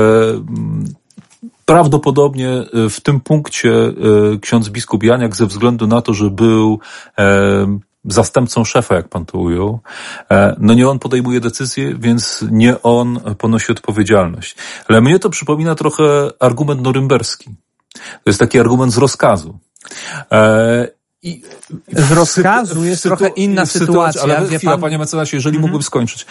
prawdopodobnie w tym punkcie ksiądz biskup Janiak ze względu na to, że był zastępcą szefa, jak pan to ujął, no nie on podejmuje decyzję, więc nie on ponosi odpowiedzialność. Ale mnie to przypomina trochę argument norymberski. To jest taki argument z rozkazu. Z rozkazu jest trochę inna sytuacja. Ale chwila, panie mecenasie, jeżeli mógłbym skończyć.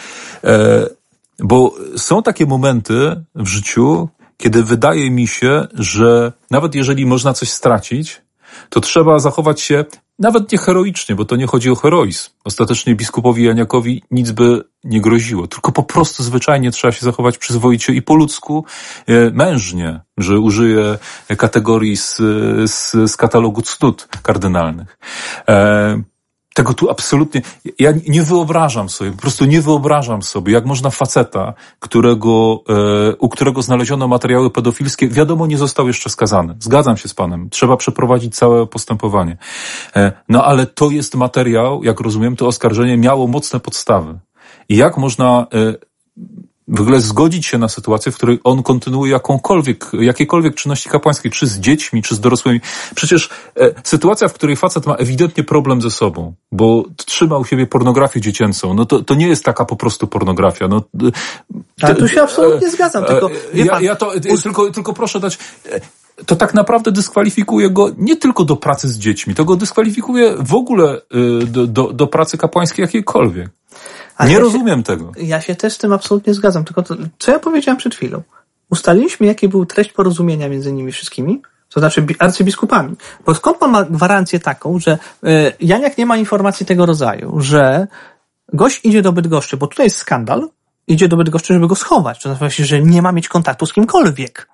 Bo są takie momenty w życiu, kiedy wydaje mi się, że nawet jeżeli można coś stracić, to trzeba zachować się nawet nie heroicznie, bo to nie chodzi o heroizm. Ostatecznie biskupowi Janiakowi nic by nie groziło, tylko po prostu zwyczajnie trzeba się zachować przyzwoicie i po ludzku, mężnie, że użyję kategorii z katalogu cnót kardynalnych. Tego tu absolutnie, ja nie wyobrażam sobie, po prostu nie wyobrażam sobie, jak można faceta, u którego znaleziono materiały pedofilskie, wiadomo, nie został jeszcze skazany. Zgadzam się z panem, trzeba przeprowadzić całe postępowanie. No ale to jest materiał, jak rozumiem, to oskarżenie miało mocne podstawy. I jak można w ogóle zgodzić się na sytuację, w której on kontynuuje jakiekolwiek czynności kapłańskie, czy z dziećmi, czy z dorosłymi. Przecież sytuacja, w której facet ma ewidentnie problem ze sobą, bo trzyma u siebie pornografię dziecięcą, no to nie jest taka po prostu pornografia. No, ale tu się absolutnie zgadzam, tylko tylko proszę dać... To tak naprawdę dyskwalifikuje go nie tylko do pracy z dziećmi, to go dyskwalifikuje w ogóle do pracy kapłańskiej jakiejkolwiek. Nie rozumiem tego. Ja się też z tym absolutnie zgadzam, tylko to, co ja powiedziałem przed chwilą. Ustaliliśmy, jaki był treść porozumienia między nimi wszystkimi, to znaczy arcybiskupami. Bo skąd pan ma gwarancję taką, że Janiak nie ma informacji tego rodzaju, że gość idzie do Bydgoszczy, bo tutaj jest skandal, idzie do Bydgoszczy, żeby go schować. To znaczy, że nie ma mieć kontaktu z kimkolwiek.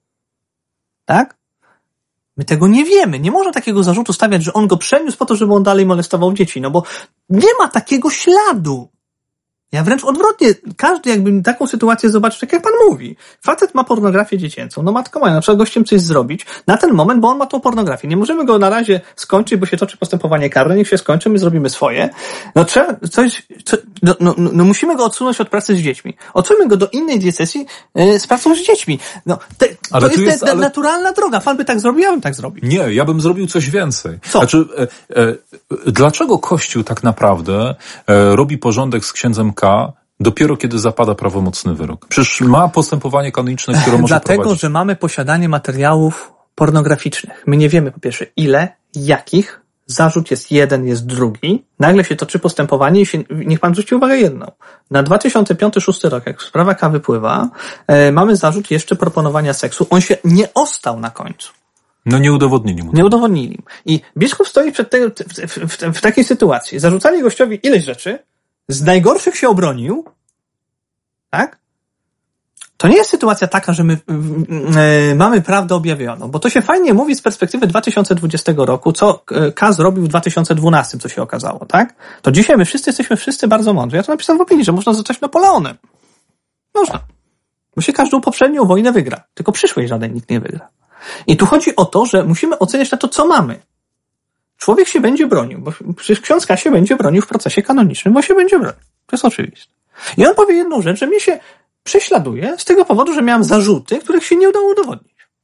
Tak? My tego nie wiemy. Nie można takiego zarzutu stawiać, że on go przeniósł po to, żeby on dalej molestował dzieci. No bo nie ma takiego śladu. Ja wręcz odwrotnie, każdy jakby taką sytuację zobaczył, tak jak pan mówi. Facet ma pornografię dziecięcą, no matko moja, trzeba gościem coś zrobić na ten moment, bo on ma tą pornografię. Nie możemy go na razie skończyć, bo się toczy postępowanie karne, niech się skończy, my zrobimy swoje. No trzeba musimy go odsunąć od pracy z dziećmi. Odsuńmy go do innej diecezji z pracą z dziećmi. No, to jest naturalna droga. Pan by tak zrobił, ja bym tak zrobił. Nie, ja bym zrobił coś więcej. Co? Znaczy, dlaczego Kościół tak naprawdę robi porządek z księdzem K. dopiero kiedy zapada prawomocny wyrok? Przecież ma postępowanie kanoniczne, które może Dlatego, prowadzić. że mamy posiadanie materiałów pornograficznych. My nie wiemy po pierwsze ile, jakich, zarzut jest jeden, jest drugi. Nagle się toczy postępowanie i niech pan zwróci uwagę jedną. Na 2005-2006 rok, jak sprawa K wypływa, mamy zarzut jeszcze proponowania seksu. On się nie ostał na końcu. No nie udowodnili mu. Nie udowodnili. I biskup stoi w takiej sytuacji. Zarzucali gościowi ileś rzeczy, z najgorszych się obronił, tak? To nie jest sytuacja taka, że my mamy prawdę objawioną, bo to się fajnie mówi z perspektywy 2020 roku, co K zrobił w 2012, co się okazało, tak? To dzisiaj my jesteśmy bardzo mądrzy. Ja to napisałem w opinii, że można zostać Napoleonem. Można. Bo się każdą poprzednią wojnę wygra. Tylko przyszłej żaden nikt nie wygra. I tu chodzi o to, że musimy oceniać na to, co mamy. Człowiek się będzie bronił, bo przecież ksiądz K się będzie bronił w procesie kanonicznym, bo się będzie bronił. To jest oczywiste. I on powie jedną rzecz, że mnie się prześladuje z tego powodu, że miałem zarzuty, których się nie udało udowodnić.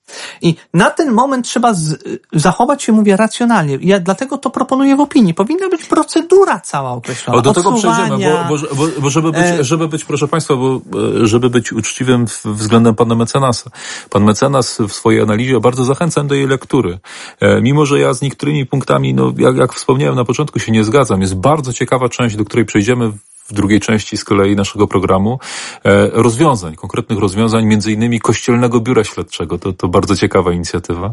I na ten moment trzeba zachować się, mówię, racjonalnie. Ja dlatego to proponuję w opinii. Powinna być procedura cała określona. Do tego przejdziemy, bo żeby być, proszę Państwa, żeby być uczciwym względem pana mecenasa. Pan mecenas w swojej analizie, bardzo zachęcam do jej lektury. Mimo że ja z niektórymi punktami, jak wspomniałem na początku, się nie zgadzam. Jest bardzo ciekawa część, do której przejdziemy w drugiej części z kolei naszego programu, konkretnych rozwiązań, między innymi Kościelnego Biura Śledczego. To bardzo ciekawa inicjatywa,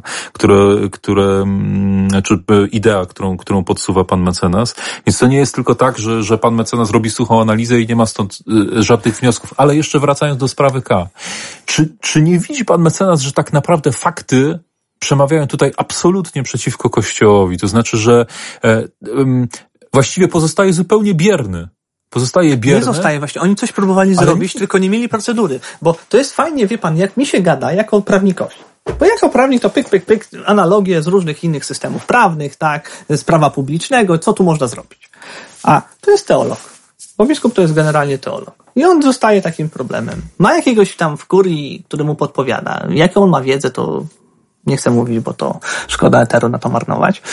czy idea, którą podsuwa pan mecenas. Więc to nie jest tylko tak, że pan mecenas robi suchą analizę i nie ma stąd żadnych wniosków. Ale jeszcze wracając do sprawy K. Czy nie widzi pan mecenas, że tak naprawdę fakty przemawiają tutaj absolutnie przeciwko Kościołowi? To znaczy, że właściwie pozostaje zupełnie bierny. Nie zostaje właśnie. Oni coś próbowali zrobić, tylko nie mieli procedury. Bo to jest fajnie, wie pan, jak mi się gada, jako prawnikowi. Bo jako prawnik to pyk, analogie z różnych innych systemów prawnych, tak, z prawa publicznego, co tu można zrobić. A to jest teolog. Bo biskup to jest generalnie teolog. I on zostaje takim problemem. Ma jakiegoś tam w kurii, który mu podpowiada. Jaką on ma wiedzę, to nie chcę mówić, bo to szkoda eteru na to marnować.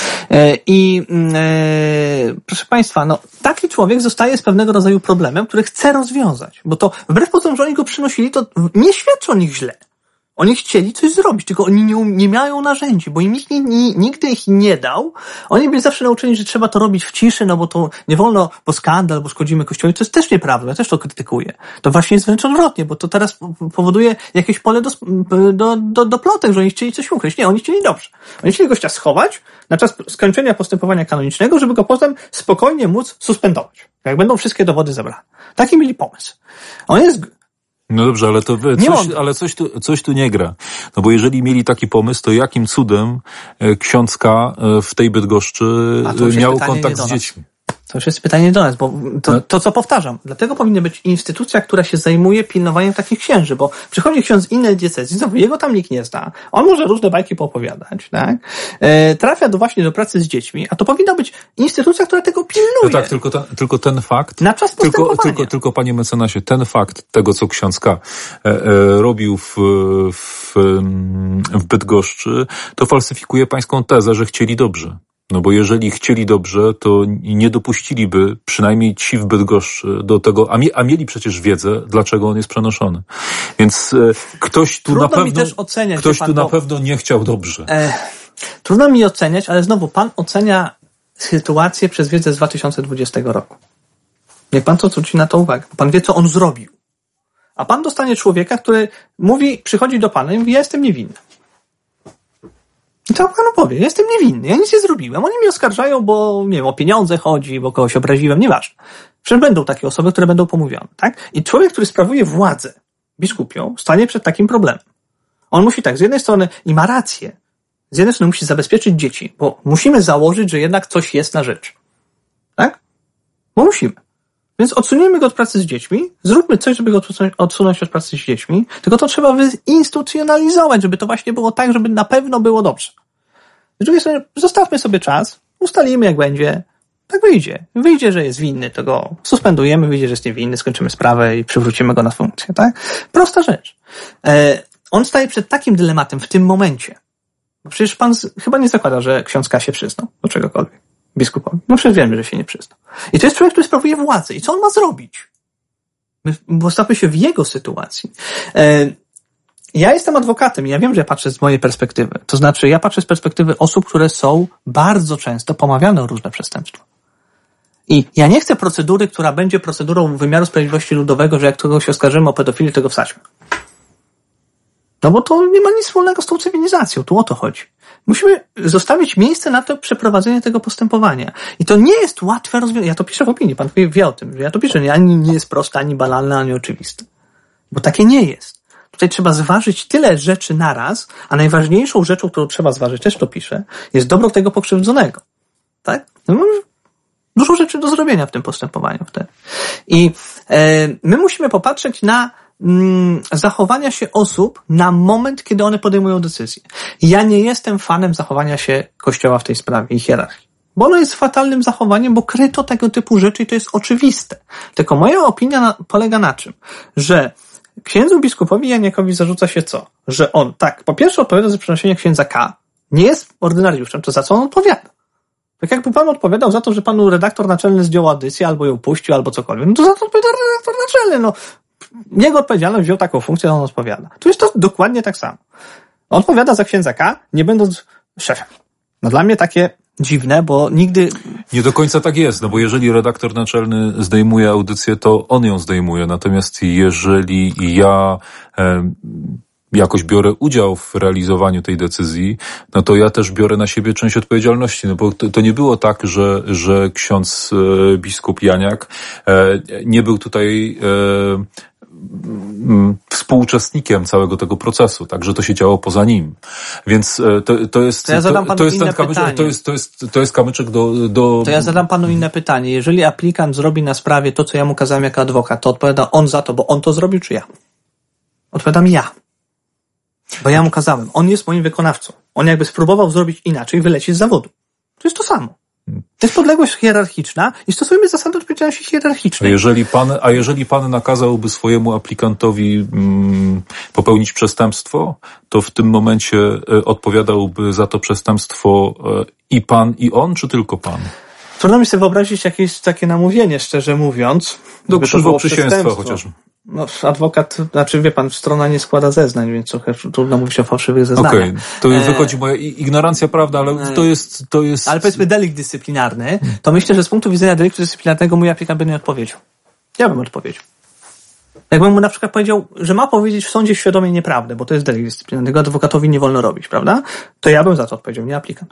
Proszę Państwa, taki człowiek zostaje z pewnego rodzaju problemem, który chce rozwiązać. Bo to wbrew pozorom, że oni go przynosili, to nie świadczy o nich źle. Oni chcieli coś zrobić, tylko oni nie mają narzędzi, bo im nikt nigdy ich nie dał. Oni byli zawsze nauczeni, że trzeba to robić w ciszy, bo to nie wolno, bo skandal, bo szkodzimy Kościołowi. To jest też nieprawda, ja też to krytykuję. To właśnie jest wręcz odwrotnie, bo to teraz powoduje jakieś pole do plotek, że oni chcieli coś ukryć. Nie, oni chcieli dobrze. Oni chcieli gościa schować na czas skończenia postępowania kanonicznego, żeby go potem spokojnie móc suspendować, jak będą wszystkie dowody zebrane. Taki mieli pomysł. On jest... No dobrze, ale coś tu nie gra. No bo jeżeli mieli taki pomysł, to jakim cudem ksiądz K. w tej Bydgoszczy miał kontakt z dziećmi? To już jest pytanie do nas, bo to co powtarzam, dlatego powinna być instytucja, która się zajmuje pilnowaniem takich księży, bo przychodzi ksiądz z innej diecezji, znowu jego tam nikt nie zna, on może różne bajki poopowiadać, tak? Trafia właśnie do pracy z dziećmi, a to powinna być instytucja, która tego pilnuje. No tak, tylko ten fakt, na czas postępowania. Tylko panie mecenasie, ten fakt tego, co ksiądz K. Robił w Bydgoszczy, to falsyfikuje pańską tezę, że chcieli dobrze. No bo jeżeli chcieli dobrze, to nie dopuściliby, przynajmniej ci w Bydgoszczy, do tego, a mieli przecież wiedzę, dlaczego on jest przenoszony. Więc ktoś tu na pewno nie chciał dobrze. Trudno mi oceniać, ale znowu pan ocenia sytuację przez wiedzę z 2020 roku. Niech pan to zwróci na to uwagę. Pan wie, co on zrobił. A pan dostanie człowieka, który przychodzi do pana i mówi, ja jestem niewinny. I co panu powie? Jestem niewinny, ja nic nie zrobiłem. Oni mnie oskarżają, bo nie wiem, o pieniądze chodzi, bo kogoś obraziłem, nieważne. Przecież będą takie osoby, które będą pomówione, tak? I człowiek, który sprawuje władzę biskupią, stanie przed takim problemem. On musi z jednej strony, i ma rację, z jednej strony musi zabezpieczyć dzieci, bo musimy założyć, że jednak coś jest na rzecz. Tak? Bo musimy. Więc odsuniemy go od pracy z dziećmi, zróbmy coś, żeby go odsunąć od pracy z dziećmi, tylko to trzeba wyinstytucjonalizować, żeby to właśnie było tak, żeby na pewno było dobrze. Z drugiej strony, zostawmy sobie czas, ustalimy jak będzie, tak wyjdzie. Wyjdzie, że jest winny, to go suspendujemy, wyjdzie, że jest niewinny, skończymy sprawę i przywrócimy go na funkcję, tak? Prosta rzecz. On staje przed takim dylematem w tym momencie. Bo przecież pan chyba nie zakłada, że ksiądz K. się przyznał do czegokolwiek. Biskupowi. No przecież wiemy, że się nie przyznał. I to jest człowiek, który sprawuje władzę. I co on ma zrobić? My postawmy się w jego sytuacji. Ja jestem adwokatem i ja wiem, że ja patrzę z mojej perspektywy. To znaczy, ja patrzę z perspektywy osób, które są bardzo często pomawiane o różne przestępstwa. I ja nie chcę procedury, która będzie procedurą wymiaru sprawiedliwości ludowego, że jak kogoś oskarżymy o pedofilię, to go wsadźmy. No bo to nie ma nic wspólnego z tą cywilizacją. Tu o to chodzi. Musimy zostawić miejsce na to przeprowadzenie tego postępowania. I to nie jest łatwe rozwiązanie. Ja to piszę w opinii, pan wie o tym, że ja to piszę. Ani nie jest proste, ani banalne, ani oczywiste. Bo takie nie jest. Tutaj trzeba zważyć tyle rzeczy naraz, a najważniejszą rzeczą, którą trzeba zważyć, też to piszę, jest dobro tego pokrzywdzonego. Tak? No, dużo rzeczy do zrobienia w tym postępowaniu wtedy. I my musimy popatrzeć na zachowania się osób na moment, kiedy one podejmują decyzje. Ja nie jestem fanem zachowania się Kościoła w tej sprawie i hierarchii. Bo ono jest fatalnym zachowaniem, bo kryto tego typu rzeczy i to jest oczywiste. Tylko moja opinia polega na czym? Że księdzu biskupowi Janiakowi zarzuca się co? Że on, tak, po pierwsze odpowiada za przenoszenie księdza K, nie jest ordynariuszem, to za co on odpowiada? Tak jakby pan odpowiadał za to, że panu redaktor naczelny zdjął audycję, albo ją puścił, albo cokolwiek, no to za to odpowiada redaktor naczelny, no. Jego odpowiedzialność, wziął taką funkcję, on odpowiada. Tu jest to dokładnie tak samo. On odpowiada za księdza K, nie będąc szefem. No dla mnie takie dziwne, bo nigdy... Nie do końca tak jest, no bo jeżeli redaktor naczelny zdejmuje audycję, to on ją zdejmuje. Natomiast jeżeli ja jakoś biorę udział w realizowaniu tej decyzji, no to ja też biorę na siebie część odpowiedzialności, no bo to nie było tak, że ksiądz biskup Janiak nie był tutaj współuczestnikiem całego tego procesu, także to się działo poza nim. Więc to jest kamyczek do... To ja zadam panu inne pytanie. Jeżeli aplikant zrobi na sprawie to, co ja mu kazałem jako adwokat, to odpowiada on za to, bo on to zrobił, czy ja? Odpowiadam ja. Bo ja mu kazałem. On jest moim wykonawcą. On jakby spróbował zrobić inaczej, wylecieć z zawodu. To jest to samo. To jest podległość hierarchiczna i stosujemy zasady odpowiedzialności hierarchicznej. A jeżeli pan nakazałby swojemu aplikantowi popełnić przestępstwo, to w tym momencie odpowiadałby za to przestępstwo i pan, i on, czy tylko pan? Trudno mi sobie wyobrazić jakieś takie namówienie, szczerze mówiąc. Do krzywoprzysięstwa chociaż. No, adwokat, znaczy wie pan, strona nie składa zeznań, więc trochę trudno mówić o fałszywych zeznaniach. Okej, to wychodzi moja ignorancja, prawda, ale to jest... Ale powiedzmy delikt dyscyplinarny, to myślę, że z punktu widzenia deliktu dyscyplinarnego mój aplikant by nie odpowiedział. Ja bym odpowiedział. Jakbym mu na przykład powiedział, że ma powiedzieć w sądzie świadomie nieprawdę, bo to jest delikt dyscyplinarny, tego adwokatowi nie wolno robić, prawda? To ja bym za to odpowiedział, nie aplikant.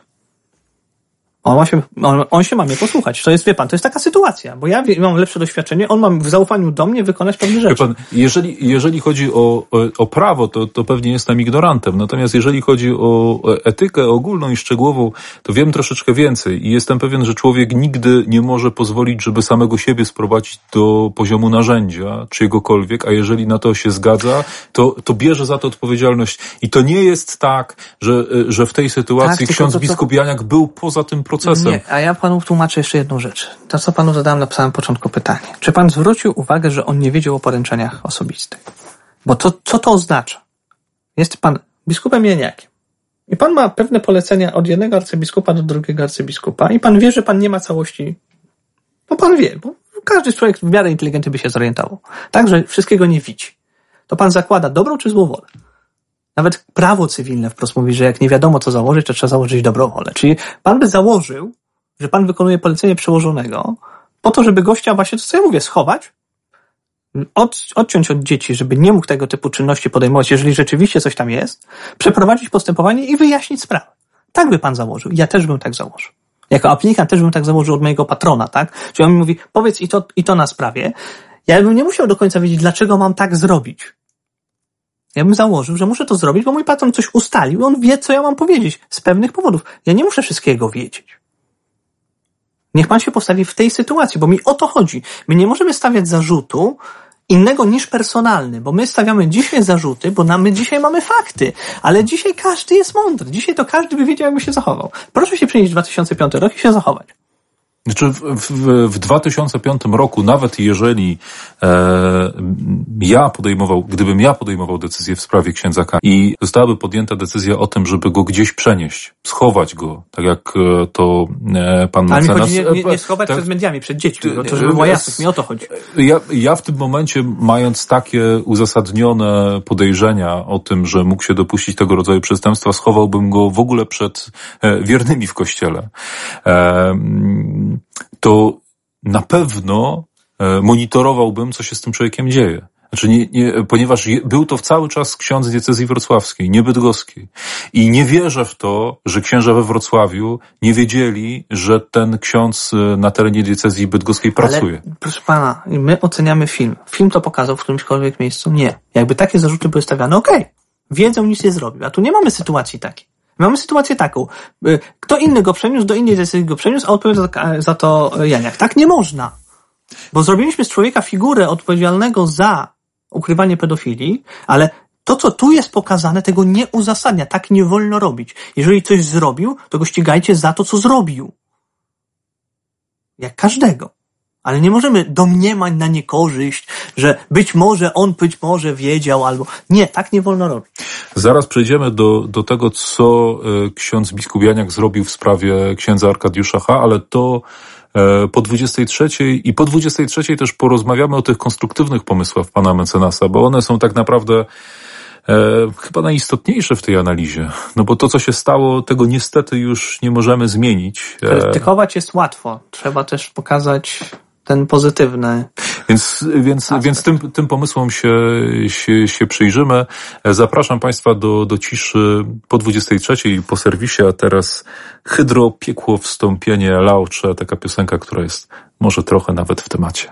On się ma mnie posłuchać. To jest, wie pan, to jest taka sytuacja, bo ja mam lepsze doświadczenie, on ma w zaufaniu do mnie wykonać pewne rzeczy. Wie pan, jeżeli chodzi o prawo, to pewnie jestem ignorantem. Natomiast jeżeli chodzi o etykę ogólną i szczegółową, to wiem troszeczkę więcej i jestem pewien, że człowiek nigdy nie może pozwolić, żeby samego siebie sprowadzić do poziomu narzędzia czyjegokolwiek, a jeżeli na to się zgadza, to bierze za to odpowiedzialność. I to nie jest tak, że w tej sytuacji ksiądz biskup Janiak był poza tym procesem. Nie, a ja panu tłumaczę jeszcze jedną rzecz. To, co panu zadałem na samym początku pytanie. Czy pan zwrócił uwagę, że on nie wiedział o poręczeniach osobistych? Bo co to oznacza? Jest pan biskupem Janiakiem i pan ma pewne polecenia od jednego arcybiskupa do drugiego arcybiskupa i pan wie, że pan nie ma całości. No pan wie, bo każdy człowiek w miarę inteligentny by się zorientował. Tak, że wszystkiego nie widzi. To pan zakłada dobrą czy złą wolę? Nawet prawo cywilne wprost mówi, że jak nie wiadomo co założyć, to trzeba założyć dobrą wolę. Czyli pan by założył, że pan wykonuje polecenie przełożonego po to, żeby gościa właśnie, to co ja mówię, schować, odciąć od dzieci, żeby nie mógł tego typu czynności podejmować, jeżeli rzeczywiście coś tam jest, przeprowadzić postępowanie i wyjaśnić sprawę. Tak by pan założył. Ja też bym tak założył. Jako aplikant też bym tak założył od mojego patrona, tak? Czyli on mi mówi, powiedz i to na sprawie. Ja bym nie musiał do końca wiedzieć, dlaczego mam tak zrobić. Ja bym założył, że muszę to zrobić, bo mój patron coś ustalił i on wie, co ja mam powiedzieć. Z pewnych powodów. Ja nie muszę wszystkiego wiedzieć. Niech pan się postawi w tej sytuacji, bo mi o to chodzi. My nie możemy stawiać zarzutu innego niż personalny, bo my stawiamy dzisiaj zarzuty, bo my dzisiaj mamy fakty. Ale dzisiaj każdy jest mądry. Dzisiaj to każdy by wiedział, jakby się zachował. Proszę się przenieść w 2005 rok i się zachować. Znaczy w 2005 roku, nawet jeżeli gdybym ja podejmował decyzję w sprawie księdza K. i zostałaby podjęta decyzja o tym, żeby go gdzieś przenieść, schować go, tak jak to pan mecenas... Ale mi chodzi nie schować przed mediami, przed dziećmi, to żeby była jasność, mi o to chodzi. Ja w tym momencie, mając takie uzasadnione podejrzenia o tym, że mógł się dopuścić tego rodzaju przestępstwa, schowałbym go w ogóle przed wiernymi w kościele. To na pewno monitorowałbym, co się z tym człowiekiem dzieje. Znaczy ponieważ był to cały czas ksiądz diecezji wrocławskiej, nie bydgoskiej. I nie wierzę w to, że księża we Wrocławiu nie wiedzieli, że ten ksiądz na terenie diecezji bydgoskiej pracuje. Ale, proszę pana, my oceniamy film. Film to pokazał w którymśkolwiek miejscu? Nie. Jakby takie zarzuty były stawiane, okej. Wiedzą, nic nie zrobił. A tu nie mamy sytuacji takiej. Mamy sytuację taką. Kto inny go przeniósł, do innej decyzji go przeniósł, a odpowiada za to Janiak. Tak nie można. Bo zrobiliśmy z człowieka figurę odpowiedzialnego za ukrywanie pedofilii, ale to, co tu jest pokazane, tego nie uzasadnia. Tak nie wolno robić. Jeżeli coś zrobił, to go ścigajcie za to, co zrobił. Jak każdego. ale nie możemy domniemać na niekorzyść, że być może wiedział, albo nie, tak nie wolno robić. Zaraz przejdziemy do tego, co ksiądz biskup Janiak zrobił w sprawie księdza Arkadiusza H., ale to po 23 i po 23 też porozmawiamy o tych konstruktywnych pomysłach pana mecenasa, bo one są tak naprawdę chyba najistotniejsze w tej analizie. No bo to, co się stało, tego niestety już nie możemy zmienić. Krytykować jest łatwo. Trzeba też pokazać ten pozytywny. Więc tym pomysłom się przyjrzymy. Zapraszam Państwa do ciszy po 23 i po serwisie, a teraz Hydro, piekło, wstąpienie, Laucze, taka piosenka, która jest może trochę nawet w temacie.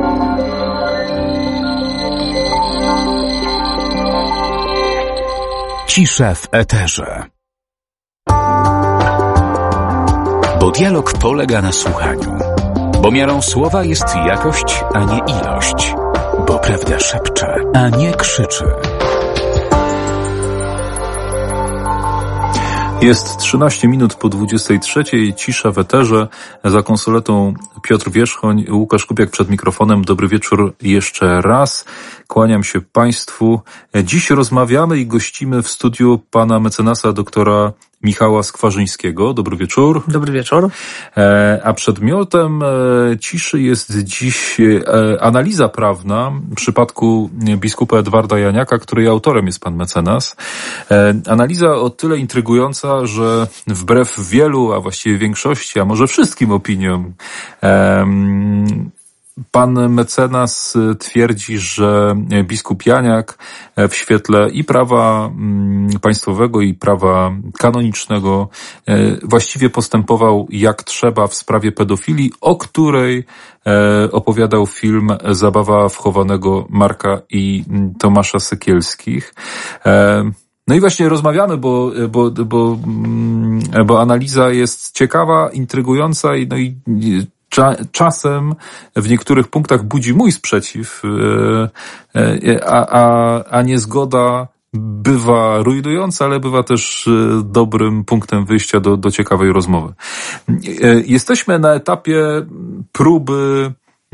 Cisza w eterze. Bo dialog polega na słuchaniu. Bo miarą słowa jest jakość, a nie ilość. Bo prawda szepcze, a nie krzyczy. Jest 13 minut po 23, cisza w eterze, za konsoletą Piotr Wierzchoń, Łukasz Kupiak przed mikrofonem. Dobry wieczór jeszcze raz. Kłaniam się Państwu. Dziś rozmawiamy i gościmy w studiu pana mecenasa doktora Michała Skwarzyńskiego. Dobry wieczór. Dobry wieczór. A przedmiotem ciszy jest dziś analiza prawna w przypadku biskupa Edwarda Janiaka, której autorem jest pan mecenas. Analiza o tyle intrygująca, że wbrew wielu, a właściwie większości, a może wszystkim opiniom, pan mecenas twierdzi, że biskup Janiak w świetle i prawa państwowego, i prawa kanonicznego właściwie postępował jak trzeba w sprawie pedofilii, o której opowiadał film Zabawa wchowanego Marka i Tomasza Sekielskich. No i właśnie rozmawiamy, bo analiza jest ciekawa, intrygująca i czasem w niektórych punktach budzi mój sprzeciw, a niezgoda bywa rujnująca, ale bywa też dobrym punktem wyjścia do ciekawej rozmowy. Jesteśmy na etapie próby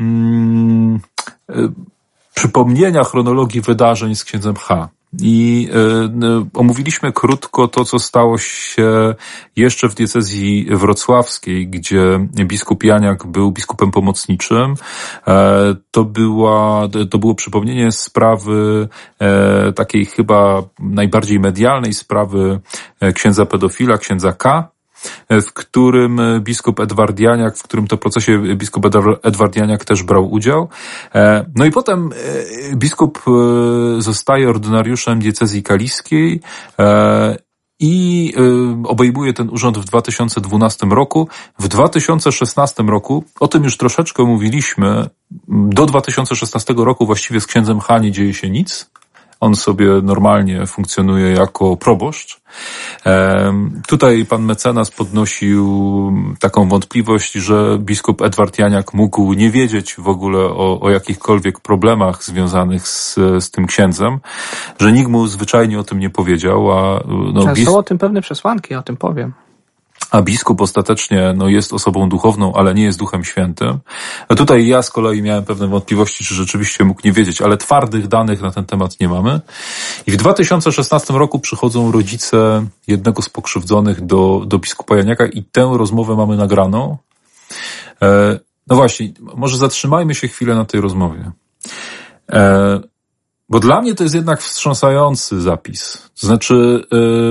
przypomnienia chronologii wydarzeń z księdzem H. I omówiliśmy krótko to, co stało się jeszcze w diecezji wrocławskiej, gdzie biskup Janiak był biskupem pomocniczym. To było przypomnienie sprawy takiej chyba najbardziej medialnej sprawy księdza pedofila, księdza K., w którym biskup Edward Janiak, w którym to procesie biskup Edward Janiak też brał udział. No i potem biskup zostaje ordynariuszem diecezji kaliskiej i obejmuje ten urząd w 2012 roku. W 2016 roku, o tym już troszeczkę mówiliśmy, do 2016 roku właściwie z księdzem H. nie dzieje się nic. On sobie normalnie funkcjonuje jako proboszcz. Tutaj pan mecenas podnosił taką wątpliwość, że biskup Edward Janiak mógł nie wiedzieć w ogóle o jakichkolwiek problemach związanych z tym księdzem, że nikt mu zwyczajnie o tym nie powiedział. Są o tym pewne przesłanki, o tym powiem. A biskup ostatecznie jest osobą duchowną, ale nie jest Duchem Świętym. Tutaj ja z kolei miałem pewne wątpliwości, czy rzeczywiście mógł nie wiedzieć, ale twardych danych na ten temat nie mamy. I w 2016 roku przychodzą rodzice jednego z pokrzywdzonych do biskupa Janiaka i tę rozmowę mamy nagraną. No właśnie, może zatrzymajmy się chwilę na tej rozmowie. Bo dla mnie to jest jednak wstrząsający zapis. To znaczy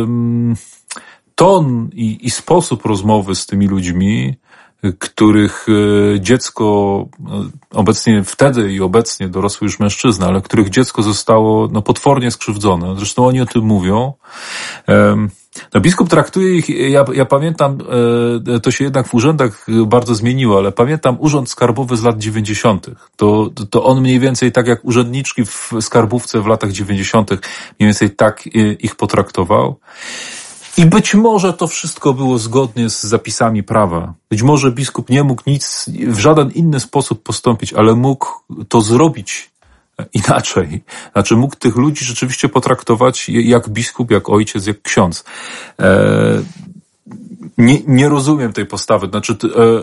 ton i sposób rozmowy z tymi ludźmi, których dziecko, wtedy i obecnie dorosły już mężczyzna, ale których dziecko zostało potwornie skrzywdzone. Zresztą oni o tym mówią. Biskup traktuje ich, ja pamiętam, to się jednak w urzędach bardzo zmieniło, ale pamiętam urząd skarbowy z lat 90. To on mniej więcej tak jak urzędniczki w skarbówce w latach 90. mniej więcej tak ich potraktował. I być może to wszystko było zgodnie z zapisami prawa. Być może biskup nie mógł nic w żaden inny sposób postąpić, ale mógł to zrobić inaczej. Znaczy mógł tych ludzi rzeczywiście potraktować jak biskup, jak ojciec, jak ksiądz. Nie rozumiem tej postawy. Znaczy,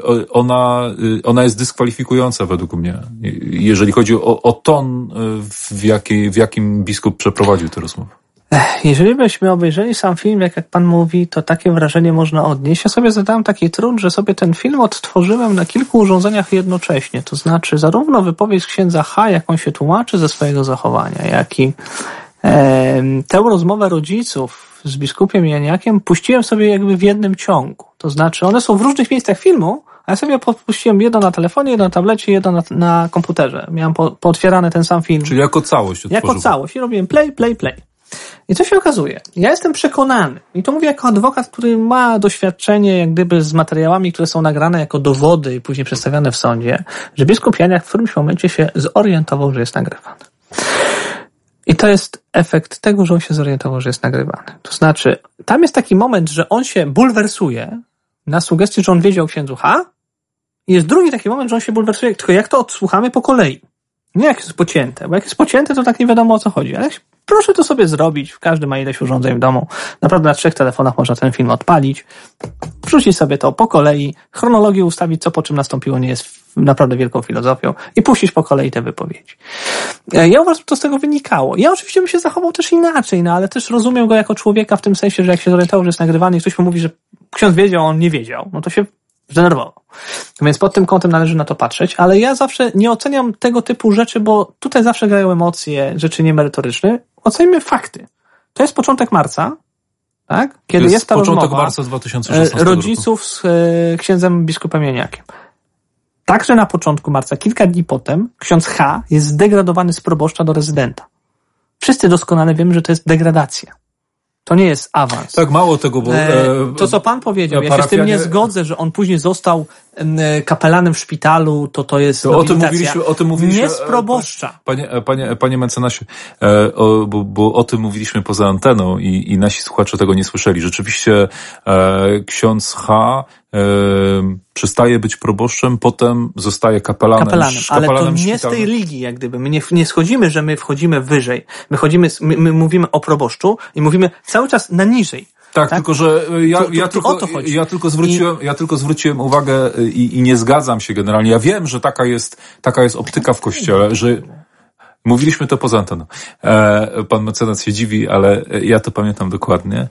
ona jest dyskwalifikująca według mnie, jeżeli chodzi o ton, w jakim biskup przeprowadził tę rozmowę. Jeżeli byśmy obejrzeli sam film, jak pan mówi, to takie wrażenie można odnieść. Ja sobie zadałem taki trud, że sobie ten film odtworzyłem na kilku urządzeniach jednocześnie. To znaczy zarówno wypowiedź księdza H., jak on się tłumaczy ze swojego zachowania, jak i tę rozmowę rodziców z biskupiem Janiakiem puściłem sobie jakby w jednym ciągu. To znaczy one są w różnych miejscach filmu, a ja sobie puściłem jedno na telefonie, jedno na tablecie, jedno na komputerze. Miałem pootwierany ten sam film. Czyli jako całość odtworzył. Jako całość. I robiłem play. I co się okazuje? Ja jestem przekonany, i to mówię jako adwokat, który ma doświadczenie jak gdyby z materiałami, które są nagrane jako dowody i później przedstawiane w sądzie, że biskup Janiak w którymś momencie się zorientował, że jest nagrywany. I to jest efekt tego, że on się zorientował, że jest nagrywany. To znaczy, tam jest taki moment, że on się bulwersuje na sugestię, że on wiedział o księdzu H. I jest drugi taki moment, że on się bulwersuje, tylko jak to odsłuchamy po kolei. Nie jak jest pocięte, bo jak jest pocięte, to tak nie wiadomo o co chodzi. Ale proszę to sobie zrobić, każdy ma ileś urządzeń w domu. Naprawdę na 3 telefonach można ten film odpalić, wrzucić sobie to po kolei, chronologię ustawić, co po czym nastąpiło, nie jest naprawdę wielką filozofią i puścić po kolei te wypowiedzi. Ja uważam, że to z tego wynikało. Ja oczywiście bym się zachował też inaczej, no ale też rozumiem go jako człowieka w tym sensie, że jak się zorientował, że jest nagrywany i ktoś mu mówi, że ksiądz wiedział, a on nie wiedział, no to się zdenerwował. Więc pod tym kątem należy na to patrzeć, ale ja zawsze nie oceniam tego typu rzeczy, bo tutaj zawsze grają emocje, rzeczy niemerytoryczne. Ocenimy fakty. To jest początek marca, tak? Kiedy jest ta początek rozmowa marca 2016 rodziców z księdzem biskupem Janiakiem. Także na początku marca, kilka dni potem, ksiądz H. jest zdegradowany z proboszcza do rezydenta. Wszyscy doskonale wiemy, że to jest degradacja. To nie jest awans. Tak, mało tego, bo... To, co pan powiedział, ja się z tym nie zgodzę, że on później został kapelanem w szpitalu, to jest nobilitacja. O tym mówiliśmy. Nie z proboszcza. Panie mecenasie, bo o tym mówiliśmy poza anteną i nasi słuchacze tego nie słyszeli. Rzeczywiście ksiądz H. przestaje być proboszczem, potem zostaje kapelanem Ale to nie szpitalnym. z tej ligi, jak gdyby. My nie schodzimy, że my wchodzimy wyżej. My mówimy o proboszczu i mówimy cały czas na niżej. Tak, tylko że ja tylko zwróciłem uwagę i nie zgadzam się generalnie. Ja wiem, że taka jest optyka w Kościele, że mówiliśmy to poza anteną. Pan mecenas się dziwi, ale ja to pamiętam dokładnie.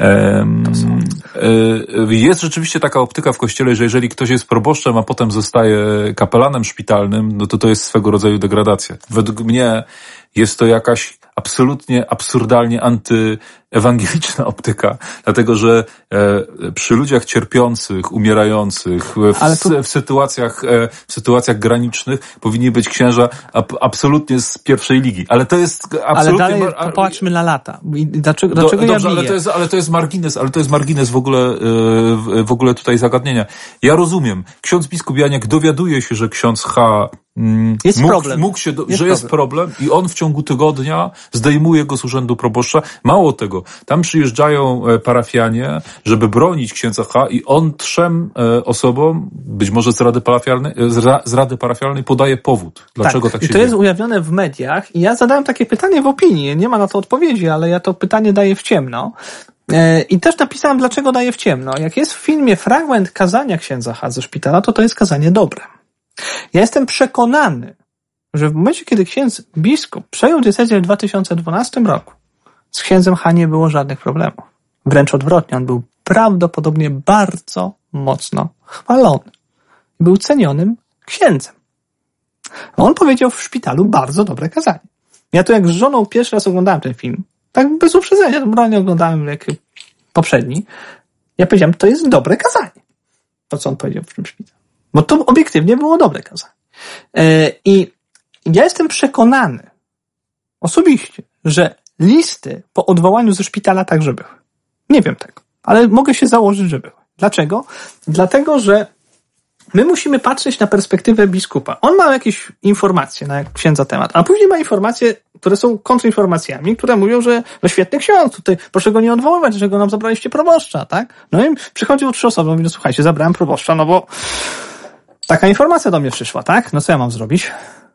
Jest rzeczywiście taka optyka w Kościele, że jeżeli ktoś jest proboszczem, a potem zostaje kapelanem szpitalnym, no to jest swego rodzaju degradacja. Według mnie jest to jakaś absolutnie, absurdalnie antyewangeliczna optyka, dlatego że przy ludziach cierpiących, umierających, w sytuacjach granicznych powinni być księża absolutnie z pierwszej ligi. Ale to jest absolutnie... Ale dalej popatrzmy na lata. Dlaczego dobrze, ja biję? Ale to jest margines w ogóle tutaj zagadnienia. Ja rozumiem. Ksiądz biskup Janiak dowiaduje się, że ksiądz H. jest problem i on w ciągu tygodnia zdejmuje go z urzędu proboszcza. Mało tego, tam przyjeżdżają parafianie, żeby bronić księdza H. i on 3 osobom, być może z Rady Parafialnej podaje powód. Dlaczego tak się dzieje? I to jest ujawnione w mediach i ja zadałem takie pytanie w opinii. Nie ma na to odpowiedzi, ale ja to pytanie daję w ciemno. I też napisałem, dlaczego daję w ciemno. Jak jest w filmie fragment kazania księdza H. ze szpitala, to jest kazanie dobre. Ja jestem przekonany, że w momencie, kiedy ksiądz biskup przejął diecezję w 2012 roku, z księdzem H. nie było żadnych problemów. Wręcz odwrotnie, on był prawdopodobnie bardzo mocno chwalony. Był cenionym księdzem. On powiedział w szpitalu bardzo dobre kazanie. Ja to jak z żoną pierwszy raz oglądałem ten film, tak bez uprzedzenia, moralnie oglądałem jak poprzedni, ja powiedziałem, to jest dobre kazanie. To, co on powiedział w tym szpitalu. Bo to obiektywnie było dobre kazanie. I ja jestem przekonany osobiście, że listy po odwołaniu ze szpitala także były. Nie wiem tego, ale mogę się założyć, że były. Dlaczego? Dlatego, że my musimy patrzeć na perspektywę biskupa. On ma jakieś informacje na księdza temat, a później ma informacje, które są kontrinformacjami, które mówią, że no świetny ksiądz, tutaj proszę go nie odwoływać, dlaczego nam zabraliście proboszcza, tak? No i przychodził 3 osoby, mówi, no słuchajcie, zabrałem proboszcza, no bo taka informacja do mnie przyszła, tak? No co ja mam zrobić?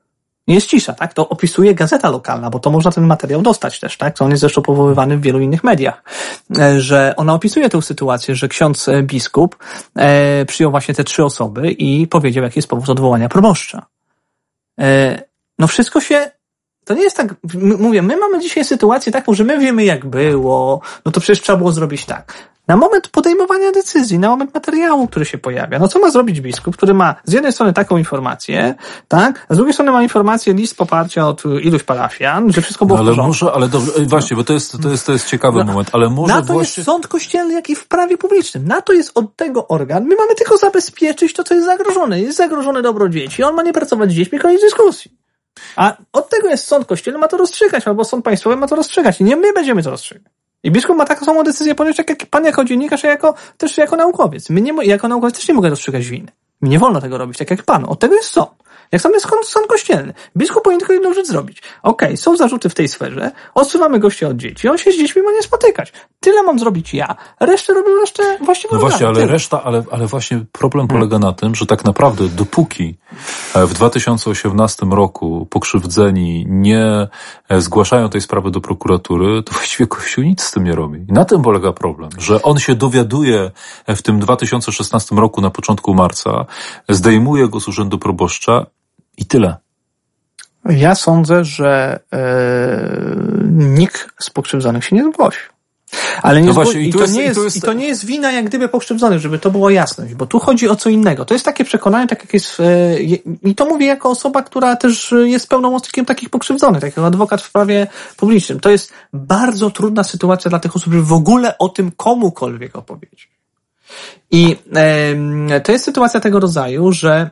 jest cisza, tak? To opisuje gazeta lokalna, bo to można ten materiał dostać też, tak? To on jest zresztą powoływany w wielu innych mediach, że ona opisuje tę sytuację, że ksiądz biskup przyjął właśnie te 3 osoby i powiedział, jaki jest powód odwołania proboszcza. No wszystko się, to nie jest tak, mówię, my mamy dzisiaj sytuację taką, że my wiemy jak było, no to przecież trzeba było zrobić tak. Na moment podejmowania decyzji, na moment materiału, który się pojawia, no co ma zrobić biskup, który ma z jednej strony taką informację, tak, a z drugiej strony ma informację, list poparcia od iluś parafian, że wszystko było w porządku. Może, ale dobrze, właśnie, bo to jest ciekawy moment, ale może na to właśnie... jest sąd kościelny, jak i w prawie publicznym. Na to jest od tego organ. My mamy tylko zabezpieczyć to, co jest zagrożone. Jest zagrożone dobro dzieci, on ma nie pracować z dziećmi, koniec dyskusji. A od tego jest sąd kościelny, ma to rozstrzygać, albo sąd państwowy ma to rozstrzygać. I nie my będziemy to rozstrzygać. I biskup ma taką samą decyzję podjąć, jak pan jako dziennikarz, też jako naukowiec. Jako naukowiec też nie mogę rozstrzygać winy. Mi nie wolno tego robić, tak jak panu. Od tego jest sąd. Jak sam jest sąd kościelny. Biskup powinien tylko jedną rzecz zrobić. Okej, są zarzuty w tej sferze, odsuwamy gościa od dzieci, on się z dziećmi ma nie spotykać. Tyle mam zrobić ja, resztę robią właściwie. No właśnie, ale właśnie problem polega na tym, że tak naprawdę dopóki w 2018 roku pokrzywdzeni nie zgłaszają tej sprawy do prokuratury, to właściwie Kościół nic z tym nie robi. I na tym polega problem, że on się dowiaduje w tym 2016 roku na początku marca, zdejmuje go z urzędu proboszcza i tyle. Ja sądzę, że nikt z pokrzywdzonych się nie zgłosił. Ale nie to nie jest wina jak gdyby pokrzywdzonych, żeby to było jasność, bo tu chodzi o co innego. To jest takie przekonanie, tak jak jest, i to mówię jako osoba, która też jest pełnomocnikiem takich pokrzywdzonych, tak jak adwokat w prawie publicznym. To jest bardzo trudna sytuacja dla tych osób, żeby w ogóle o tym komukolwiek opowiedzieć. I to jest sytuacja tego rodzaju, że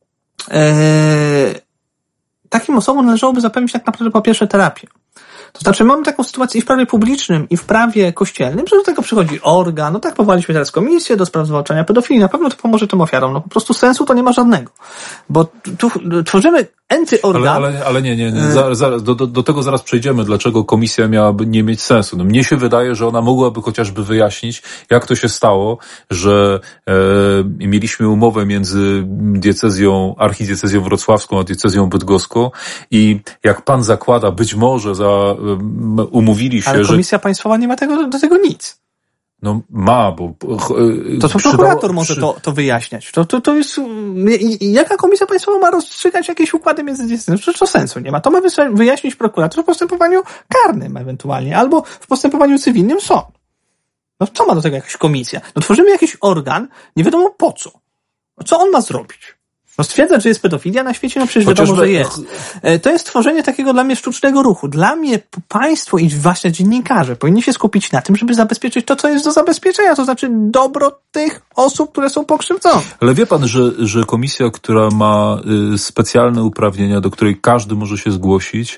takim osobom należałoby zapewnić tak naprawdę po pierwsze terapię. To znaczy mamy taką sytuację i w prawie publicznym, i w prawie kościelnym, że do tego przychodzi organ, no tak powołaliśmy teraz komisję do spraw zwalczania pedofilii, na pewno to pomoże tym ofiarom, no po prostu sensu to nie ma żadnego. Bo tu tworzymy antyorgan. Ale nie. Zaraz, do tego zaraz przejdziemy, dlaczego komisja miałaby nie mieć sensu. No mnie się wydaje, że ona mogłaby chociażby wyjaśnić, jak to się stało, że mieliśmy umowę między archidiecezją wrocławską a diecezją bydgoską i jak pan zakłada, być może umówili się, ale Komisja Państwowa nie ma do tego nic. No ma, bo... To prokurator może to wyjaśniać. To jest... Jaka Komisja Państwowa ma rozstrzygać jakieś układy między diecezjami? Przecież to sensu nie ma. To ma wyjaśnić prokurator w postępowaniu karnym ewentualnie, albo w postępowaniu cywilnym sąd. No co ma do tego jakaś komisja? No tworzymy jakiś organ, nie wiadomo po co. Co on ma zrobić? No stwierdzać, że jest pedofilia na świecie, no przecież wiadomo, że jest. To jest tworzenie takiego dla mnie sztucznego ruchu. Dla mnie państwo i właśnie dziennikarze powinni się skupić na tym, żeby zabezpieczyć to, co jest do zabezpieczenia, to znaczy dobro tych osób, które są pokrzywdzone. Ale wie pan, że komisja, która ma specjalne uprawnienia, do której każdy może się zgłosić,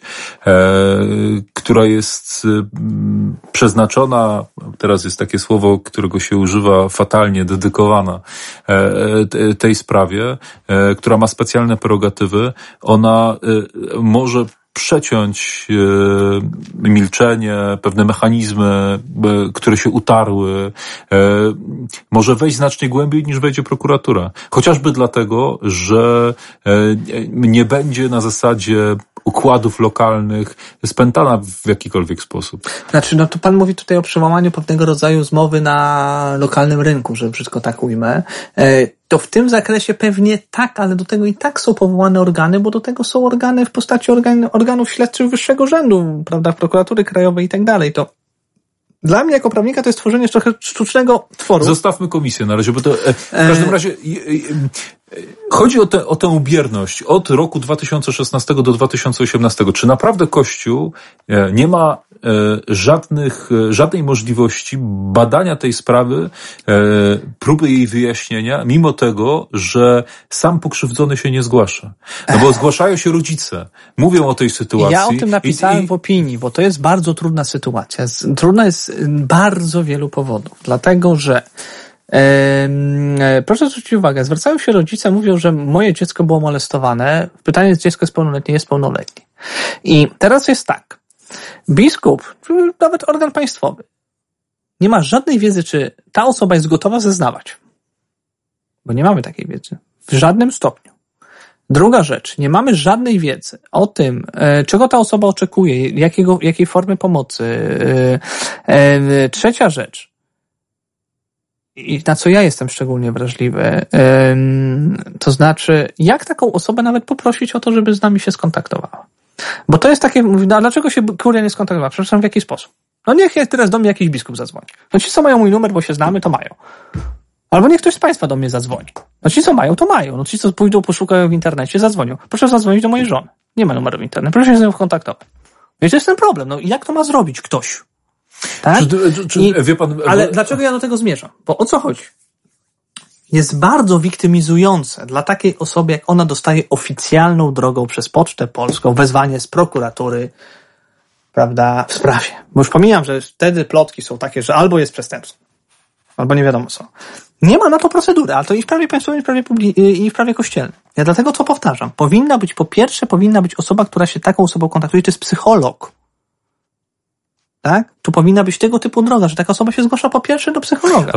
która jest przeznaczona, teraz jest takie słowo, którego się używa fatalnie, dedykowana tej sprawie, która ma specjalne prerogatywy, ona może przeciąć milczenie, pewne mechanizmy, które się utarły, może wejść znacznie głębiej niż wejdzie prokuratura. Chociażby dlatego, że nie będzie na zasadzie układów lokalnych spętana w jakikolwiek sposób. Znaczy, no to pan mówi tutaj o przełamaniu pewnego rodzaju zmowy na lokalnym rynku, że brzydko tak ujmę. To w tym zakresie pewnie tak, ale do tego i tak są powołane organy, bo do tego są organy w postaci organów śledczych wyższego rzędu, prawda, prokuratury krajowej i tak dalej. To dla mnie jako prawnika to jest tworzenie trochę sztucznego tworu. Zostawmy komisję na razie, bo to w każdym razie chodzi o tę ubierność od roku 2016 do 2018. Czy naprawdę Kościół nie ma żadnej możliwości badania tej sprawy, próby jej wyjaśnienia, mimo tego, że sam pokrzywdzony się nie zgłasza? No bo zgłaszają się rodzice, mówią o tej sytuacji. Ja o tym napisałem w opinii, bo to jest bardzo trudna sytuacja. Trudna jest z bardzo wielu powodów, dlatego że proszę zwrócić uwagę, zwracają się rodzice, mówią, że moje dziecko było molestowane. Pytanie, czy dziecko jest pełnoletnie, jest pełnoletnie. I teraz jest tak. Biskup, czy nawet organ państwowy, nie ma żadnej wiedzy, czy ta osoba jest gotowa zeznawać. Bo nie mamy takiej wiedzy. W żadnym stopniu. Druga rzecz, nie mamy żadnej wiedzy o tym, czego ta osoba oczekuje, jakiej formy pomocy. Trzecia rzecz, i na co ja jestem szczególnie wrażliwy, to znaczy, jak taką osobę nawet poprosić o to, żeby z nami się skontaktowała. Bo to jest takie, a dlaczego się kuria nie skontaktowała? Przepraszam, w jaki sposób? No niech teraz do mnie jakiś biskup zadzwoni. No ci, co mają mój numer, bo się znamy, to mają. Albo niech ktoś z Państwa do mnie zadzwoni. No ci, co mają, to mają. No ci, co pójdą, poszukają w internecie, zadzwonią. Proszę zadzwonić do mojej żony. Nie ma numeru w internecie. Proszę się z nią skontaktować. No i to jest ten problem. No i jak to ma zrobić ktoś? Tak? Wie pan, ale dlaczego ja do tego zmierzam? Bo o co chodzi? Jest bardzo wiktymizujące dla takiej osoby, jak ona dostaje oficjalną drogą przez Pocztę Polską wezwanie z prokuratury, prawda, w sprawie. Bo już pomijam, że wtedy plotki są takie, że albo jest przestępstwo, albo nie wiadomo co. Nie ma na to procedury, ale to i w prawie państwowym, i w prawie kościelnym. Ja dlatego to powtarzam. Po pierwsze być osoba, która się taką osobą kontaktuje, to jest psycholog. Tak? Tu powinna być tego typu droga, że taka osoba się zgłasza po pierwsze do psychologa.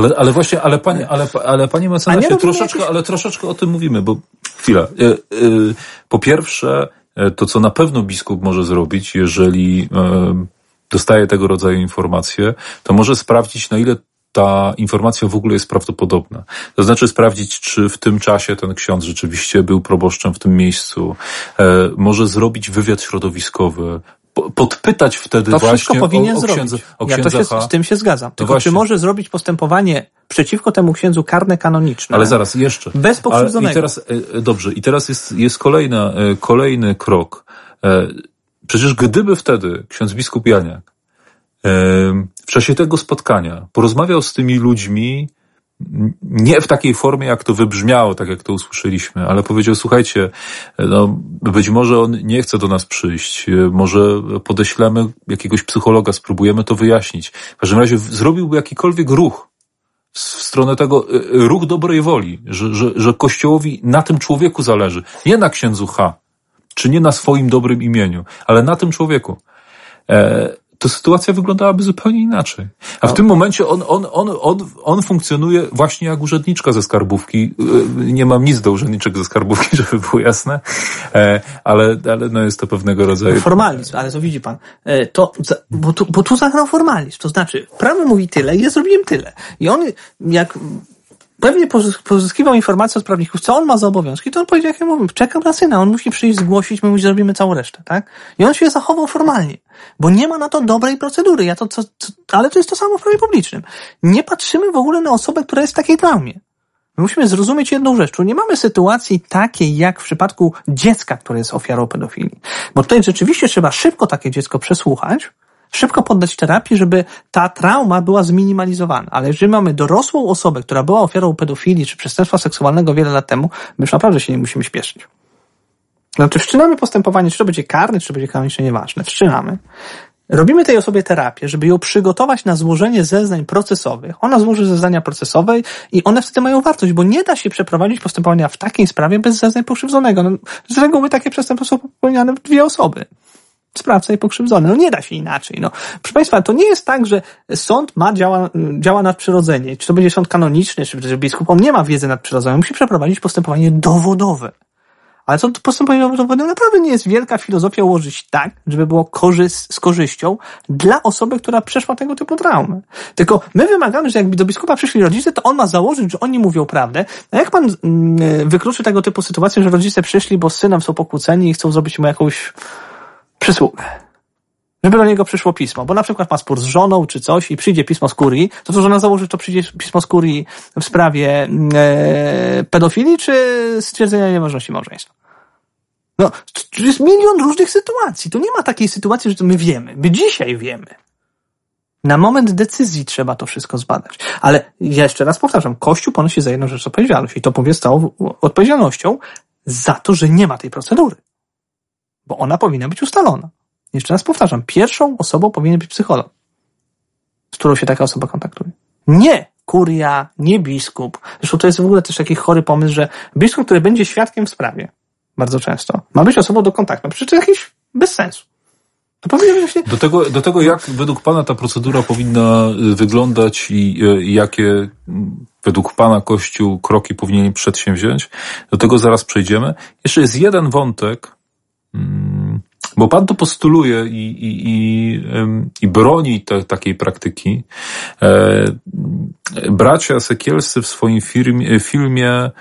Ale panie mecenasie, troszeczkę o tym mówimy, bo chwila. Po pierwsze, to co na pewno biskup może zrobić, jeżeli dostaje tego rodzaju informacje, to może sprawdzić, na ile ta informacja w ogóle jest prawdopodobna. To znaczy sprawdzić, czy w tym czasie ten ksiądz rzeczywiście był proboszczem w tym miejscu. Może zrobić wywiad środowiskowy, podpytać wtedy to właśnie o księdza H. Z tym się zgadzam. Tylko czy może zrobić postępowanie przeciwko temu księdzu karne kanoniczne? Ale zaraz, jeszcze. Bez pokrzywdzonego. I teraz jest kolejny krok. Przecież gdyby wtedy ksiądz biskup Janiak w czasie tego spotkania porozmawiał z tymi ludźmi nie w takiej formie, jak to wybrzmiało, tak jak to usłyszeliśmy, ale powiedział, słuchajcie, no, być może on nie chce do nas przyjść, może podeślemy jakiegoś psychologa, spróbujemy to wyjaśnić. W każdym razie zrobiłby jakikolwiek ruch w stronę tego, ruch dobrej woli, że Kościołowi na tym człowieku zależy, nie na księdzu H, czy nie na swoim dobrym imieniu, ale na tym człowieku. To sytuacja wyglądałaby zupełnie inaczej. A w tym momencie on funkcjonuje właśnie jak urzędniczka ze skarbówki. Nie mam nic do urzędniczek ze skarbówki, żeby było jasne, ale no jest to pewnego rodzaju... Formalizm, ale to widzi pan, bo tu zagrał formalizm, to znaczy prawo mówi tyle i ja zrobiłem tyle. I on jak... Pewnie pozyskiwał informacje od prawników, co on ma za obowiązki, to on powiedział, jak ja mówię, czekam na syna, on musi przyjść, zgłosić, my zrobimy całą resztę, tak? I on się zachował formalnie, bo nie ma na to dobrej procedury, ale to jest to samo w prawie publicznym. Nie patrzymy w ogóle na osobę, która jest w takiej traumie. My musimy zrozumieć jedną rzecz, nie mamy sytuacji takiej, jak w przypadku dziecka, które jest ofiarą pedofilii. Bo tutaj rzeczywiście trzeba szybko takie dziecko przesłuchać, szybko poddać terapii, żeby ta trauma była zminimalizowana. Ale jeżeli mamy dorosłą osobę, która była ofiarą pedofilii czy przestępstwa seksualnego wiele lat temu, my już naprawdę się nie musimy śpieszyć. Znaczy wszczynamy postępowanie, czy to będzie karne, czy to będzie kanoniczne, nieważne. Wszczynamy. Robimy tej osobie terapię, żeby ją przygotować na złożenie zeznań procesowych. Ona złoży zeznania procesowe i one wtedy mają wartość, bo nie da się przeprowadzić postępowania w takiej sprawie bez zeznań pokrzywdzonego. No, z reguły takie przestępstwa są popełniane w dwie osoby. Sprawca i pokrzywdzony. No nie da się inaczej. No. Proszę Państwa, to nie jest tak, że sąd działa nadprzyrodzenie. Czy to będzie sąd kanoniczny, czy biskup, on nie ma wiedzy nadprzyrodzonej. Musi przeprowadzić postępowanie dowodowe. Ale to postępowanie dowodowe naprawdę nie jest wielka filozofia ułożyć tak, żeby było z korzyścią dla osoby, która przeszła tego typu traumę. Tylko my wymagamy, że jakby do biskupa przyszli rodzice, to on ma założyć, że oni mówią prawdę. A jak pan wykluczy tego typu sytuację, że rodzice przyszli, bo z synem są pokłóceni i chcą zrobić mu jakąś przysługę. Żeby do niego przyszło pismo, bo na przykład ma spór z żoną czy coś i przyjdzie pismo z kurii, to żona założy, to przyjdzie pismo z kurii w sprawie pedofilii czy stwierdzenia niemożności małżeństwa. No, to jest milion różnych sytuacji. To nie ma takiej sytuacji, że to my wiemy. My dzisiaj wiemy. Na moment decyzji trzeba to wszystko zbadać. Ale ja jeszcze raz powtarzam, Kościół ponosi za jedną rzecz odpowiedzialność i to powie z całą odpowiedzialnością za to, że nie ma tej procedury. Bo ona powinna być ustalona. Jeszcze raz powtarzam, pierwszą osobą powinien być psycholog, z którą się taka osoba kontaktuje. Nie kuria, nie biskup. Zresztą to jest w ogóle też taki chory pomysł, że biskup, który będzie świadkiem w sprawie, bardzo często, ma być osobą do kontaktu. Przecież to jakiś bez sensu. To powinien się... Do tego, jak według pana ta procedura powinna wyglądać i jakie według pana Kościół kroki powinien przedsięwziąć, do tego zaraz przejdziemy. Jeszcze jest jeden wątek, bo pan to postuluje i broni takiej praktyki. Bracia Sekielscy w swoim filmie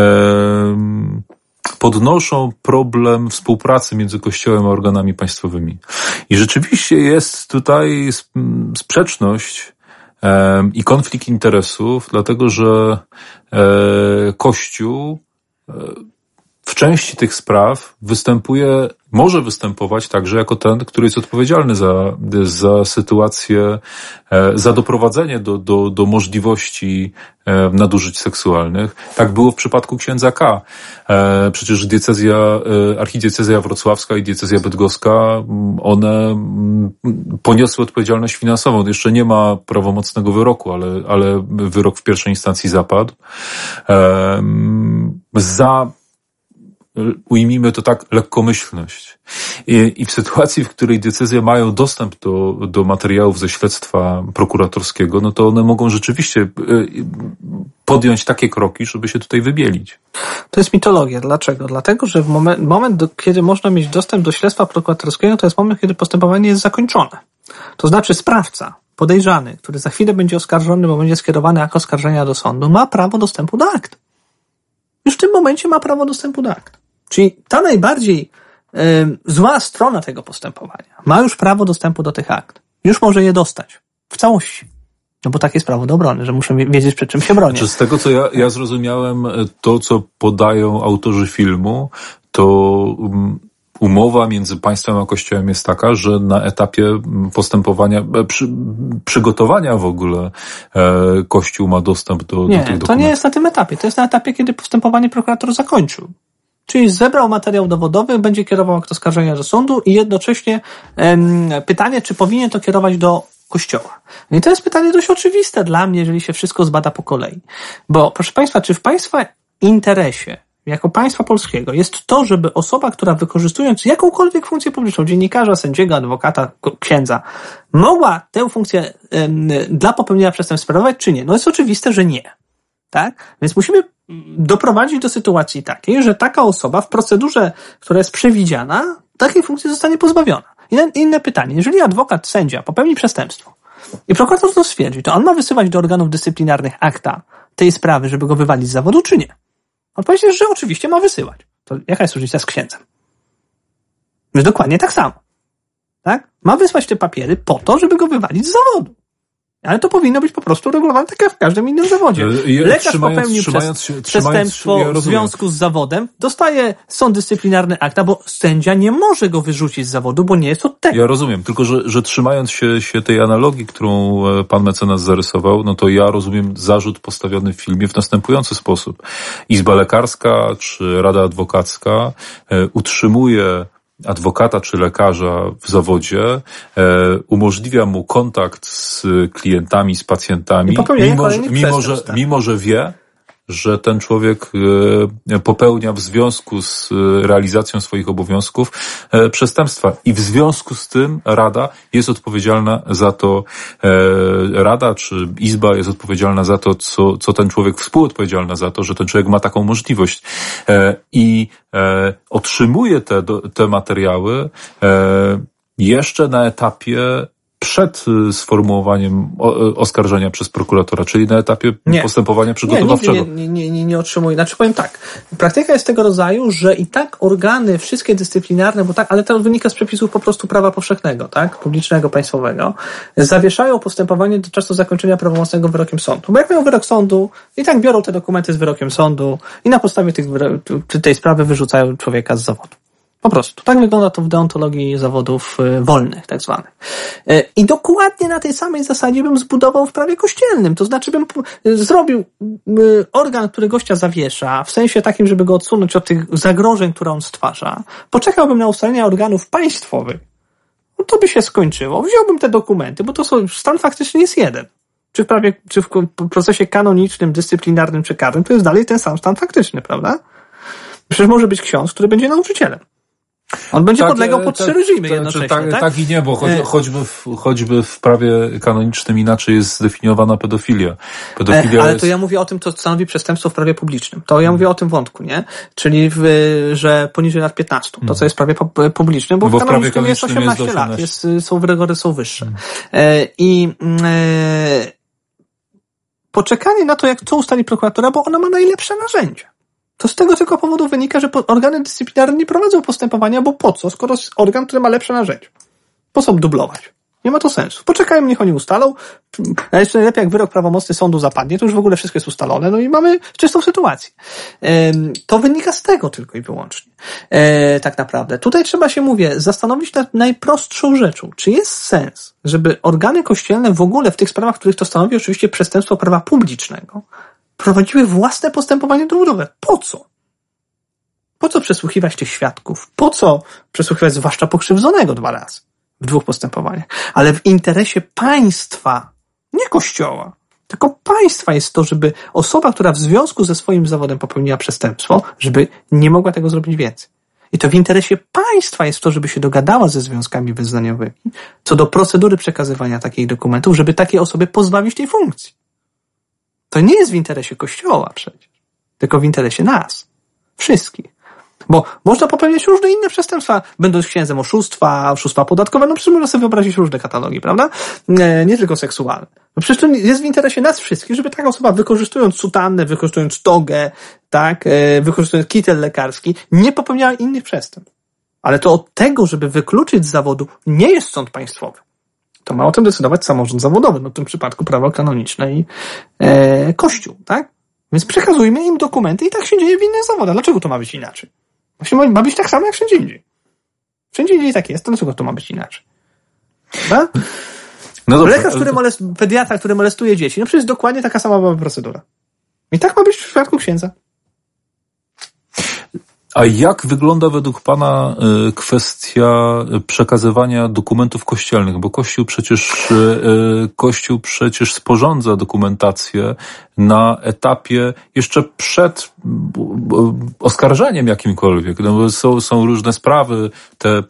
podnoszą problem współpracy między Kościołem a organami państwowymi. I rzeczywiście jest tutaj sprzeczność i konflikt interesów, dlatego że Kościół w części tych spraw może występować także jako ten, który jest odpowiedzialny za sytuację, za doprowadzenie do możliwości nadużyć seksualnych. Tak było w przypadku księdza K. Przecież archidiecezja wrocławska i diecezja bydgoska, one poniosły odpowiedzialność finansową. Jeszcze nie ma prawomocnego wyroku, ale wyrok w pierwszej instancji zapadł. Ujmijmy to tak, lekkomyślność. I w sytuacji, w której decyzje mają dostęp do materiałów ze śledztwa prokuratorskiego, no to one mogą rzeczywiście podjąć takie kroki, żeby się tutaj wybielić. To jest mitologia. Dlaczego? Dlatego, że moment, kiedy można mieć dostęp do śledztwa prokuratorskiego, to jest moment, kiedy postępowanie jest zakończone. To znaczy sprawca, podejrzany, który za chwilę będzie oskarżony, bo będzie skierowany akt oskarżenia do sądu, ma prawo dostępu do akt. Już w tym momencie ma prawo dostępu do akt. Czyli ta najbardziej zła strona tego postępowania ma już prawo dostępu do tych akt. Już może je dostać. W całości. No bo takie jest prawo do obrony, że muszę wiedzieć, przed czym się bronię. Znaczy, z tego, co ja zrozumiałem, to, co podają autorzy filmu, to umowa między państwem a Kościołem jest taka, że na etapie postępowania, przygotowania w ogóle Kościół ma dostęp do tych dokumentów. To nie jest na tym etapie. To jest na etapie, kiedy postępowanie prokurator zakończył. Czyli zebrał materiał dowodowy, będzie kierował akt oskarżenia do sądu i jednocześnie pytanie, czy powinien to kierować do Kościoła. I to jest pytanie dość oczywiste dla mnie, jeżeli się wszystko zbada po kolei. Bo, proszę Państwa, czy w Państwa interesie jako państwa polskiego jest to, żeby osoba, która wykorzystując jakąkolwiek funkcję publiczną, dziennikarza, sędziego, adwokata, księdza, mogła tę funkcję dla popełnienia przestępstw sprawować, czy nie? No jest oczywiste, że nie. Tak? Więc musimy doprowadzić do sytuacji takiej, że taka osoba w procedurze, która jest przewidziana, takiej funkcji zostanie pozbawiona. Inne pytanie. Jeżeli adwokat, sędzia popełni przestępstwo i prokurator to stwierdzi, to on ma wysyłać do organów dyscyplinarnych akta tej sprawy, żeby go wywalić z zawodu, czy nie? Odpowiedź jest, że oczywiście ma wysyłać. To jaka jest różnica z księdzem? Jest dokładnie tak samo. Tak? Ma wysłać te papiery po to, żeby go wywalić z zawodu. Ale to powinno być po prostu regulowane tak jak w każdym innym zawodzie. Lekarz popełnił przestępstwo w związku z zawodem, dostaje sąd dyscyplinarny akta, bo sędzia nie może go wyrzucić z zawodu, bo nie jest od tego. Ja rozumiem, tylko że trzymając się tej analogii, którą pan mecenas zarysował, no to ja rozumiem zarzut postawiony w filmie w następujący sposób. Izba lekarska czy Rada Adwokacka utrzymuje adwokata czy lekarza w zawodzie, umożliwia mu kontakt z klientami, z pacjentami, mimo że wie, że ten człowiek popełnia w związku z realizacją swoich obowiązków przestępstwa. I w związku z tym Rada jest odpowiedzialna za to, Rada czy Izba jest odpowiedzialna za to, co ten człowiek, współodpowiedzialna za to, że ten człowiek ma taką możliwość. I otrzymuje te materiały jeszcze na etapie przed sformułowaniem oskarżenia przez prokuratora, czyli na etapie postępowania przygotowawczego. Nie otrzymuje. Znaczy powiem tak, praktyka jest tego rodzaju, że i tak organy wszystkie dyscyplinarne, bo tak, ale to wynika z przepisów po prostu prawa powszechnego, tak, publicznego, państwowego, zawieszają postępowanie do czasu zakończenia prawomocnego wyrokiem sądu. Bo jak mają wyrok sądu, i tak biorą te dokumenty z wyrokiem sądu i na podstawie tej sprawy wyrzucają człowieka z zawodu. Po prostu. Tak wygląda to w deontologii zawodów wolnych, tak zwanych. I dokładnie na tej samej zasadzie bym zbudował w prawie kościelnym. To znaczy bym zrobił organ, który gościa zawiesza, w sensie takim, żeby go odsunąć od tych zagrożeń, które on stwarza. Poczekałbym na ustalenia organów państwowych. No to by się skończyło. Wziąłbym te dokumenty, bo stan faktyczny jest jeden. Czy w procesie kanonicznym, dyscyplinarnym, czy karnym, to jest dalej ten sam stan faktyczny, prawda? Przecież może być ksiądz, który będzie nauczycielem. On będzie podlegał pod 3 reżimy jednocześnie, tak? Tak i nie, bo choćby w prawie kanonicznym inaczej jest zdefiniowana pedofilia. Ale to ja mówię o tym, co stanowi przestępstwo w prawie publicznym. To ja mówię o tym wątku, nie? Czyli, że poniżej lat 15. To, co jest w prawie publicznym, bo w kanonicznym jest 18 lat. Rygory są wyższe. Poczekanie na to, co ustali prokuratura, bo ona ma najlepsze narzędzie. To z tego tylko powodu wynika, że organy dyscyplinarne nie prowadzą postępowania, bo po co, skoro jest organ, który ma lepsze narzędzie? Po co dublować? Nie ma to sensu. Poczekajmy, niech oni ustalą. Jeszcze najlepiej, jak wyrok prawomocny sądu zapadnie, to już w ogóle wszystko jest ustalone, no i mamy czystą sytuację. To wynika z tego tylko i wyłącznie. Tak naprawdę. Tutaj trzeba się, zastanowić nad najprostszą rzeczą. Czy jest sens, żeby organy kościelne w ogóle w tych sprawach, w których to stanowi oczywiście przestępstwo prawa publicznego, prowadziły własne postępowanie dowodowe? Po co? Po co przesłuchiwać tych świadków? Po co przesłuchiwać zwłaszcza pokrzywdzonego 2 razy w 2 postępowaniach? Ale w interesie państwa, nie Kościoła, tylko państwa jest to, żeby osoba, która w związku ze swoim zawodem popełniła przestępstwo, żeby nie mogła tego zrobić więcej. I to w interesie państwa jest to, żeby się dogadała ze związkami wyznaniowymi co do procedury przekazywania takich dokumentów, żeby takie osoby pozbawić tej funkcji. To nie jest w interesie Kościoła przecież, tylko w interesie nas, wszystkich. Bo można popełniać różne inne przestępstwa, będąc księdzem oszustwa podatkowe, no przecież można sobie wyobrazić różne katalogi, prawda? Nie tylko seksualne. No przecież to jest w interesie nas wszystkich, żeby taka osoba, wykorzystując sutannę, wykorzystując togę, tak, wykorzystując kitel lekarski, nie popełniała innych przestępstw. Ale to od tego, żeby wykluczyć z zawodu, nie jest sąd państwowy. To ma o tym decydować samorząd zawodowy, no w tym przypadku prawo kanoniczne i Kościół, tak? Więc przekazujmy im dokumenty i tak się dzieje w innych zawodach. Dlaczego to ma być inaczej? Właśnie ma być tak samo jak wszędzie indziej. Wszędzie indziej tak jest, to dlaczego to ma być inaczej? Prawda? No dobrze, lekarz, pediatra, który molestuje dzieci, no przecież dokładnie taka sama procedura. I tak ma być w przypadku księdza. A jak wygląda według Pana kwestia przekazywania dokumentów kościelnych? Bo Kościół przecież sporządza dokumentację na etapie jeszcze przed oskarżeniem jakimkolwiek. No, są różne sprawy, te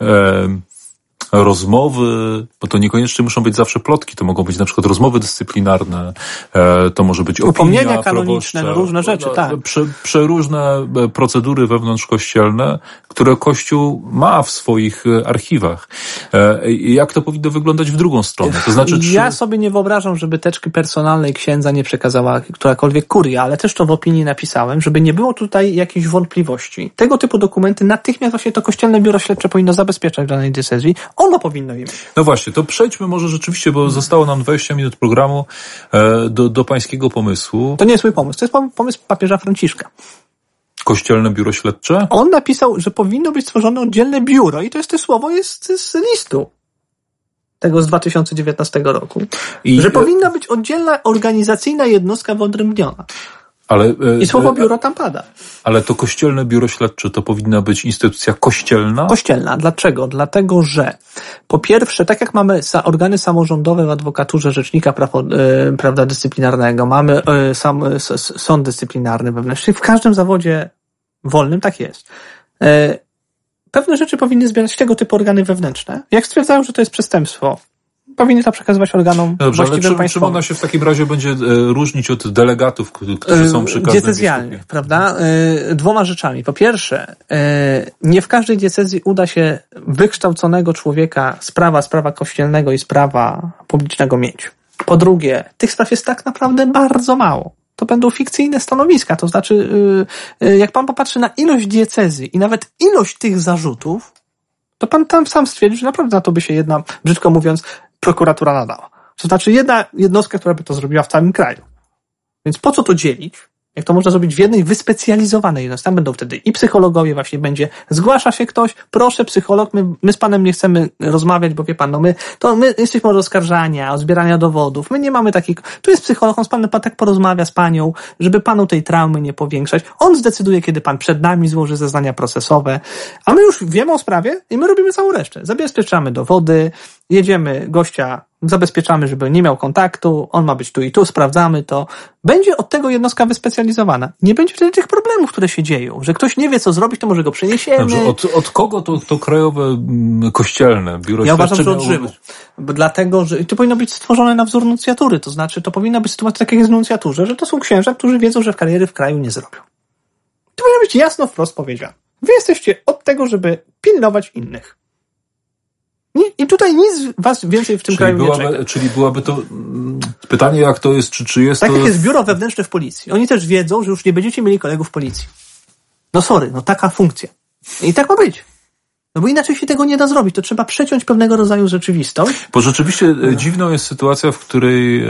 rozmowy, bo to niekoniecznie muszą być zawsze plotki, to mogą być na przykład rozmowy dyscyplinarne, to może być upomnienia kanoniczne, no różne rzeczy, tak. Przeróżne procedury wewnątrzkościelne, które Kościół ma w swoich archiwach. Jak to powinno wyglądać w drugą stronę? To znaczy, ja sobie nie wyobrażam, żeby teczki personalnej księdza nie przekazała którakolwiek kuria, ale też to w opinii napisałem, żeby nie było tutaj jakichś wątpliwości. Tego typu dokumenty natychmiast właśnie to Kościelne Biuro Śledcze powinno zabezpieczać w danej diecezji. Ono powinno im. No właśnie, to przejdźmy może rzeczywiście, bo zostało nam 20 minut programu do pańskiego pomysłu. To nie jest mój pomysł, to jest pomysł papieża Franciszka. Kościelne Biuro Śledcze? On napisał, że powinno być stworzone oddzielne biuro i to słowo jest z listu tego z 2019 roku. Że powinna być oddzielna organizacyjna jednostka wyodrębniona. I słowo biuro tam pada. Ale to Kościelne Biuro Śledcze to powinna być instytucja kościelna? Kościelna. Dlaczego? Dlatego, że po pierwsze, tak jak mamy organy samorządowe w adwokaturze rzecznika prawda dyscyplinarnego, mamy sąd dyscyplinarny wewnętrzny, w każdym zawodzie wolnym tak jest. Pewne rzeczy powinny zbierać tego typu organy wewnętrzne. Jak stwierdzają, że to jest przestępstwo, powinny to przekazywać organom właściwym państwowym. Czym ona się w takim razie będzie różnić od delegatów, którzy są przy każdym diecezjalnych, prawda? 2 rzeczami. Po pierwsze, nie w każdej diecezji uda się wykształconego człowieka z prawa kościelnego i z prawa publicznego mieć. Po drugie, tych spraw jest tak naprawdę bardzo mało. To będą fikcyjne stanowiska. To znaczy, jak pan popatrzy na ilość diecezji i nawet ilość tych zarzutów, to pan tam sam stwierdzi, że naprawdę na to by się jedna, brzydko mówiąc, prokuratura nadała. To znaczy jedna jednostka, która by to zrobiła w całym kraju. Więc po co to dzielić? Jak to można zrobić w jednej wyspecjalizowanej jednostce? Tam będą wtedy i psychologowie, właśnie będzie, zgłasza się ktoś, proszę psycholog, my z panem nie chcemy rozmawiać, bo wie pan, my jesteśmy od oskarżania, od zbierania dowodów, my nie mamy takiego, tu jest psycholog, on z panem tak porozmawia z panią, żeby panu tej traumy nie powiększać, on zdecyduje, kiedy pan przed nami złoży zeznania procesowe, a my już wiemy o sprawie i my robimy całą resztę. Zabezpieczamy dowody, jedziemy gościa zabezpieczamy, żeby nie miał kontaktu, on ma być tu i tu, sprawdzamy to. Będzie od tego jednostka wyspecjalizowana. Nie będzie wtedy tych problemów, które się dzieją, że ktoś nie wie, co zrobić, to może go przeniesiemy. Dobrze, od kogo to krajowe kościelne biuro Ja uważam, że od Rzymu. Dlatego, że to powinno być stworzone na wzór nuncjatury, to znaczy to powinna być sytuacja tak jak jest w nuncjaturze, że to są księża, którzy wiedzą, że kariery w kraju nie zrobią. To powinno być jasno, wprost powiedziane. Wy jesteście od tego, żeby pilnować innych. I tutaj nic was więcej w tym kraju nie czeka. Czyli byłaby to pytanie, jak to jest, czy jest tak to... Tak jak jest biuro wewnętrzne w policji. Oni też wiedzą, że już nie będziecie mieli kolegów w policji. No sorry, taka funkcja. I tak ma być. No bo inaczej się tego nie da zrobić. To trzeba przeciąć pewnego rodzaju rzeczywistość. Bo rzeczywiście dziwną jest sytuacja, w której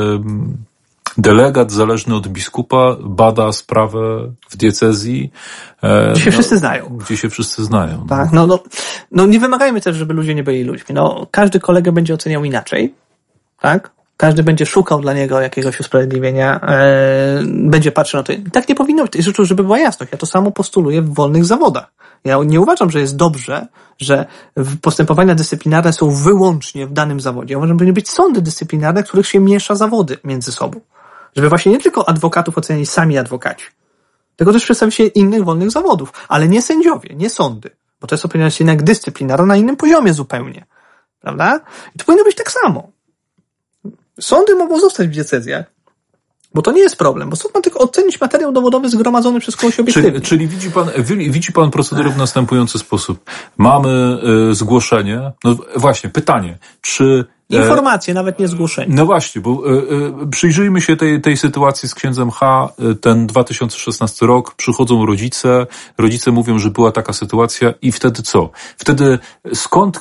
delegat zależny od biskupa bada sprawę w diecezji. Gdzie się wszyscy znają. Gdzie się wszyscy znają. Tak, no nie wymagajmy też, żeby ludzie nie byli ludźmi. No, każdy kolega będzie oceniał inaczej. Tak? Każdy będzie szukał dla niego jakiegoś usprawiedliwienia, będzie patrzył na to. I tak nie powinno być. Życzę, żeby była jasność. Ja to samo postuluję w wolnych zawodach. Ja nie uważam, że jest dobrze, że postępowania dyscyplinarne są wyłącznie w danym zawodzie. Ja uważam, że powinny być sądy dyscyplinarne, w których się miesza zawody między sobą. Żeby właśnie nie tylko adwokatów oceniali sami adwokaci, tylko też przedstawiciele innych wolnych zawodów, ale nie sędziowie, nie sądy, bo to jest opinią jednak dyscyplinarna na innym poziomie zupełnie. Prawda? I to powinno być tak samo. Sądy mogą zostać w diecezjach, bo to nie jest problem, bo sąd ma tylko ocenić materiał dowodowy zgromadzony przez kogoś obiektywnie. Czyli widzi pan procedurę w następujący sposób. Mamy zgłoszenie. No właśnie, pytanie, czy... Informacje, nawet nie zgłoszenie. No właśnie, bo przyjrzyjmy się tej sytuacji z księdzem H. Ten 2016 rok, przychodzą rodzice mówią, że była taka sytuacja i wtedy co? Wtedy skąd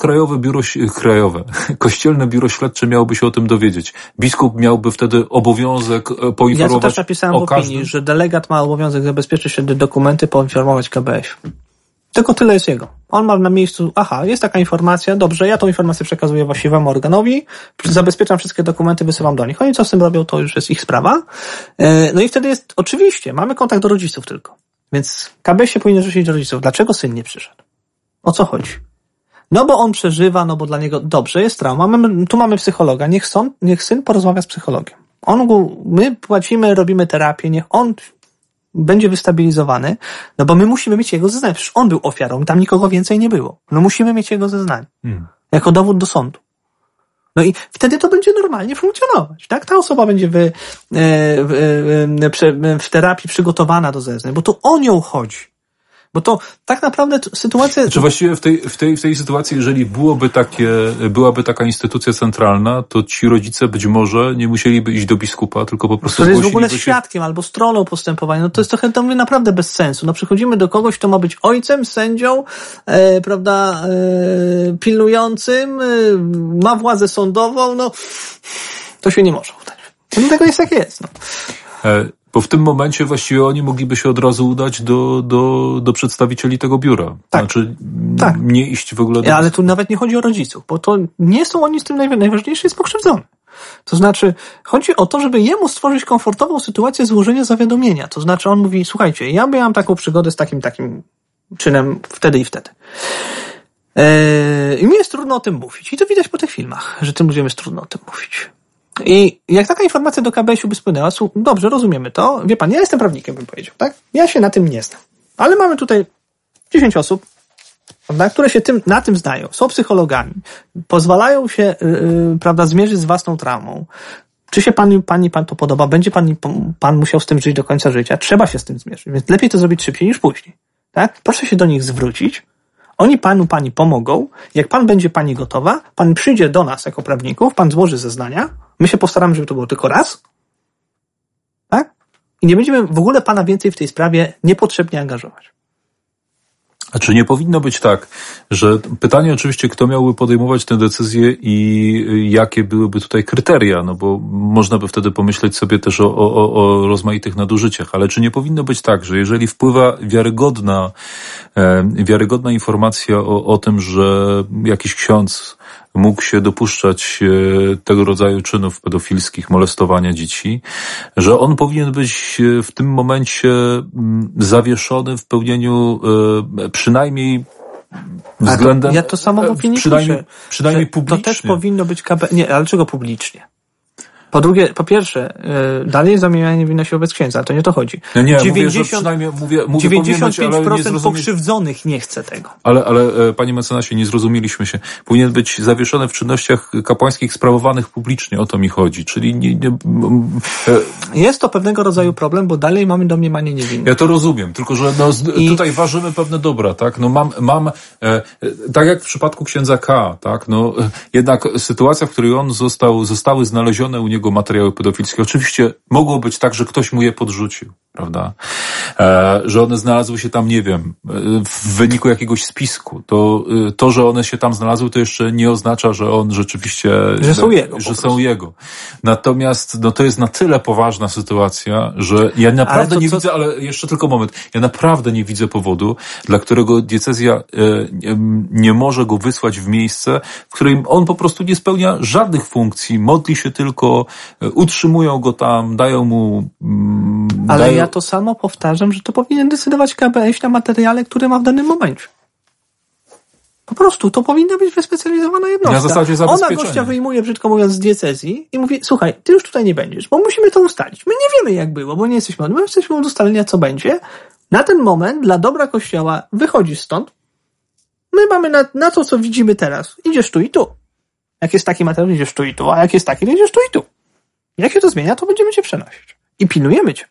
Kościelne Biuro Śledcze miałoby się o tym dowiedzieć? Biskup miałby wtedy obowiązek poinformować ja to też napisałem w opinii, że delegat ma obowiązek zabezpieczyć się dokumenty, poinformować KBŚ. Tylko tyle jest jego. On ma na miejscu, jest taka informacja, dobrze, ja tą informację przekazuję właściwemu organowi, zabezpieczam wszystkie dokumenty, wysyłam do nich. Oni co z tym robią, to już jest ich sprawa. No i wtedy jest, oczywiście, mamy kontakt do rodziców tylko. Więc KBS się powinien zwrócić do rodziców. Dlaczego syn nie przyszedł? O co chodzi? No bo on przeżywa, no bo dla niego dobrze, jest trauma. Tu mamy psychologa, niech syn porozmawia z psychologiem. My płacimy, robimy terapię, niech on będzie wystabilizowany, no bo my musimy mieć jego zeznanie. Przecież on był ofiarą, tam nikogo więcej nie było. No musimy mieć jego zeznanie. Jako dowód do sądu. No i wtedy to będzie normalnie funkcjonować, tak? Ta osoba będzie w terapii przygotowana do zeznań, bo to o nią chodzi. Bo to tak naprawdę sytuacja... Czy właściwie w tej sytuacji, jeżeli byłaby taka instytucja centralna, to ci rodzice być może nie musieliby iść do biskupa, tylko po prostu zgłosiliby się... jest w ogóle świadkiem albo stroną postępowania. No to jest trochę, to mówię, naprawdę bez sensu. No przychodzimy do kogoś, kto ma być ojcem, sędzią, pilnującym, ma władzę sądową, no to się nie może udać. No tego jest jak jest, no. Bo w tym momencie właściwie oni mogliby się od razu udać do przedstawicieli tego biura. Tak. Znaczy tak. Nie iść w ogóle Ale tu nawet nie chodzi o rodziców, bo to nie są oni z tym najważniejszy jest pokrzywdzony. To znaczy, chodzi o to, żeby jemu stworzyć komfortową sytuację złożenia zawiadomienia. To znaczy on mówi, słuchajcie, ja miałam taką przygodę z takim czynem wtedy i wtedy. I mi jest trudno o tym mówić. I to widać po tych filmach, że tym ludziom jest trudno o tym mówić. I jak taka informacja do KBS-u by spłynęła, dobrze, rozumiemy to. Wie pan, ja jestem prawnikiem, bym powiedział, tak? Ja się na tym nie znam. Ale mamy tutaj 10 osób, prawda, które się na tym znają, są psychologami, pozwalają się, prawda, zmierzyć z własną traumą. Czy się pani to podoba? Będzie pan musiał z tym żyć do końca życia? Trzeba się z tym zmierzyć, więc lepiej to zrobić szybciej niż później. Tak? Proszę się do nich zwrócić. Oni pani pomogą. Jak pan będzie pani gotowa, pan przyjdzie do nas jako prawników, pan złoży zeznania. My się postaramy, żeby to było tylko raz. Tak? I nie będziemy w ogóle pana więcej w tej sprawie niepotrzebnie angażować. A czy nie powinno być tak, że pytanie oczywiście, kto miałby podejmować tę decyzję i jakie byłyby tutaj kryteria, no bo można by wtedy pomyśleć sobie też o rozmaitych nadużyciach, ale czy nie powinno być tak, że jeżeli wpływa wiarygodna informacja o tym, że jakiś ksiądz mógł się dopuszczać tego rodzaju czynów pedofilskich, molestowania dzieci, że on powinien być w tym momencie zawieszony w pełnieniu przynajmniej względem... Ja to samo w opinii przynajmniej publicznie. To też powinno być Nie, ale czego publicznie? Po drugie, po pierwsze, dalej zamienianie niewinności wobec księdza, ale to nie o to chodzi. No nie, 95% pokrzywdzonych nie chce tego. Ale panie mecenasie, nie zrozumieliśmy się. Powinien być zawieszony w czynnościach kapłańskich sprawowanych publicznie, o to mi chodzi. Czyli jest to pewnego rodzaju problem, bo dalej mamy domniemanie niewinności. Ja to rozumiem, tylko że tutaj ważymy pewne dobra, tak? No mam tak jak w przypadku księdza K, tak? No jednak sytuacja, w której on zostały znalezione u niego materiały pedofilskie. Oczywiście mogło być tak, że ktoś mu je podrzucił, prawda? Że one znalazły się tam, nie wiem, w wyniku jakiegoś spisku. To, że one się tam znalazły, to jeszcze nie oznacza, że on rzeczywiście... Że są jego. Natomiast to jest na tyle poważna sytuacja, że ja naprawdę widzę, ale jeszcze tylko moment, ja naprawdę nie widzę powodu, dla którego diecezja nie może go wysłać w miejsce, w którym on po prostu nie spełnia żadnych funkcji, modli się tylko, utrzymują go tam, dają mu... Ale ja to samo powtarzam, że to powinien decydować KBS na materiale, które ma w danym momencie. Po prostu, to powinna być wyspecjalizowana jednostka. Na zasadzie zabezpieczenia. Ona gościa wyjmuje, brzydko mówiąc, z diecezji i mówi, słuchaj, ty już tutaj nie będziesz, bo musimy to ustalić. My nie wiemy, jak było, bo nie jesteśmy my jesteśmy od ustalenia, co będzie. Na ten moment, dla dobra Kościoła, wychodzisz stąd. My mamy na to, co widzimy teraz. Idziesz tu i tu. Jak jest taki materiał, idziesz tu i tu, a jak jest taki, to idziesz tu i tu. Jak się to zmienia, to będziemy cię przenosić. I pilnujemy cię.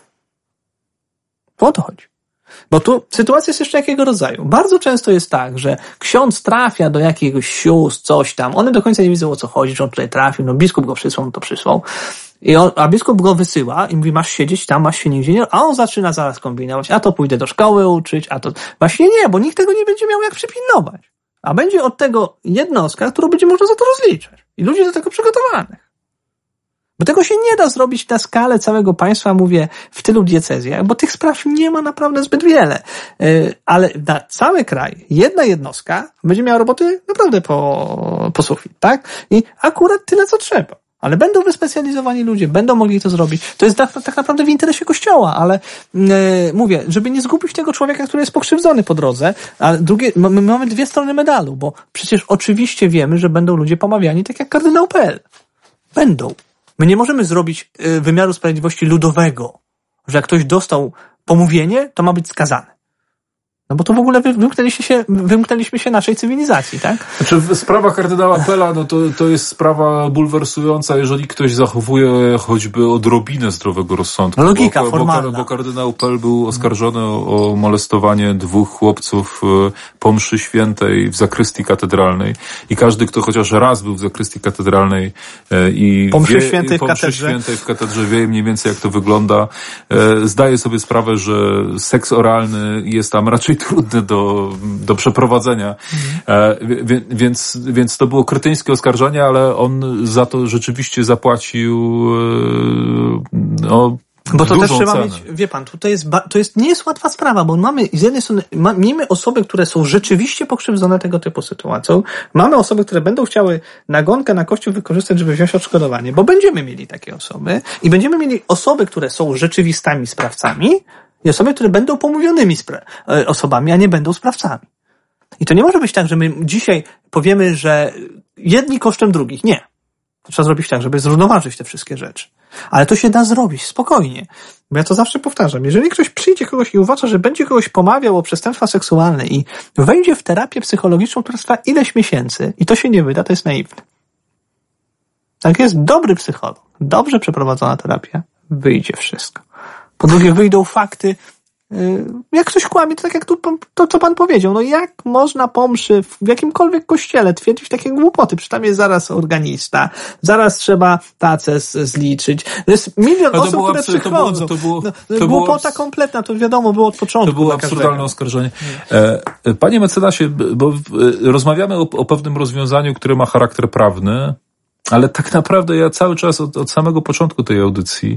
O to chodzi. Bo tu sytuacja jest jeszcze jakiego rodzaju. Bardzo często jest tak, że ksiądz trafia do jakiegoś sióstr, coś tam. One do końca nie widzą, o co chodzi, że on tutaj trafił. No biskup go przysłał, to przysłał. A biskup go wysyła i mówi, masz siedzieć tam, masz się nigdzie nie... A on zaczyna zaraz kombinować. A to pójdę do szkoły uczyć, a to... Właśnie nie, bo nikt tego nie będzie miał jak przypilnować. A będzie od tego jednostka, którą będzie można za to rozliczać. I ludzie do tego przygotowanych. Bo tego się nie da zrobić na skalę całego państwa, mówię, w tylu diecezjach, bo tych spraw nie ma naprawdę zbyt wiele. Ale na cały kraj jedna jednostka będzie miała roboty naprawdę po sufit, tak? I akurat tyle, co trzeba. Ale będą wyspecjalizowani ludzie, będą mogli to zrobić. To jest tak naprawdę w interesie Kościoła, ale mówię, żeby nie zgubić tego człowieka, który jest pokrzywdzony po drodze, a drugie, my mamy dwie strony medalu, bo przecież oczywiście wiemy, że będą ludzie pomawiani tak jak kardynał Pell. Będą. My nie możemy zrobić wymiaru sprawiedliwości ludowego, że jak ktoś dostał pomówienie, to ma być skazany. No bo to w ogóle wymknęliśmy się naszej cywilizacji, tak? Znaczy sprawa kardynała Pella, no to jest sprawa bulwersująca, jeżeli ktoś zachowuje choćby odrobinę zdrowego rozsądku. Logika formalna. Bo kardynał Pell był oskarżony o molestowanie 2 chłopców po mszy świętej w zakrystii katedralnej i każdy, kto chociaż raz był w zakrystii katedralnej i po mszy świętej w katedrze wie mniej więcej jak to wygląda, zdaje sobie sprawę, że seks oralny jest tam raczej trudny do przeprowadzenia. Więc to było kretyńskie oskarżenie, ale on za to rzeczywiście zapłacił bo to też trzeba mieć, wie pan, nie jest łatwa sprawa, bo mamy z jednej strony mamy osoby, które są rzeczywiście pokrzywdzone tego typu sytuacją, mamy osoby, które będą chciały nagonkę na Kościół wykorzystać, żeby wziąć odszkodowanie, bo będziemy mieli takie osoby i będziemy mieli osoby, które są rzeczywistymi sprawcami i osoby, które będą pomówionymi osobami, a nie będą sprawcami. I to nie może być tak, że my dzisiaj powiemy, że jedni kosztem drugich. Nie. To trzeba zrobić tak, żeby zrównoważyć te wszystkie rzeczy. Ale to się da zrobić spokojnie. Bo ja to zawsze powtarzam. Jeżeli ktoś przyjdzie kogoś i uważa, że będzie kogoś pomawiał o przestępstwa seksualne i wejdzie w terapię psychologiczną, która trwa ileś miesięcy i to się nie wyda, to jest naiwne. Tak jest dobry psycholog, dobrze przeprowadzona terapia, wyjdzie wszystko. Po drugie, wyjdą fakty. Jak ktoś kłamie, to tak jak to, co pan powiedział. No jak można po mszy w jakimkolwiek kościele twierdzić takie głupoty? Przecież tam jest zaraz organista, zaraz trzeba tacę zliczyć. To jest milion osób, które przychodzą. To głupota kompletna, to wiadomo było od początku. To było absurdalne oskarżenie. Panie mecenasie, bo rozmawiamy o pewnym rozwiązaniu, które ma charakter prawny, ale tak naprawdę ja cały czas od samego początku tej audycji,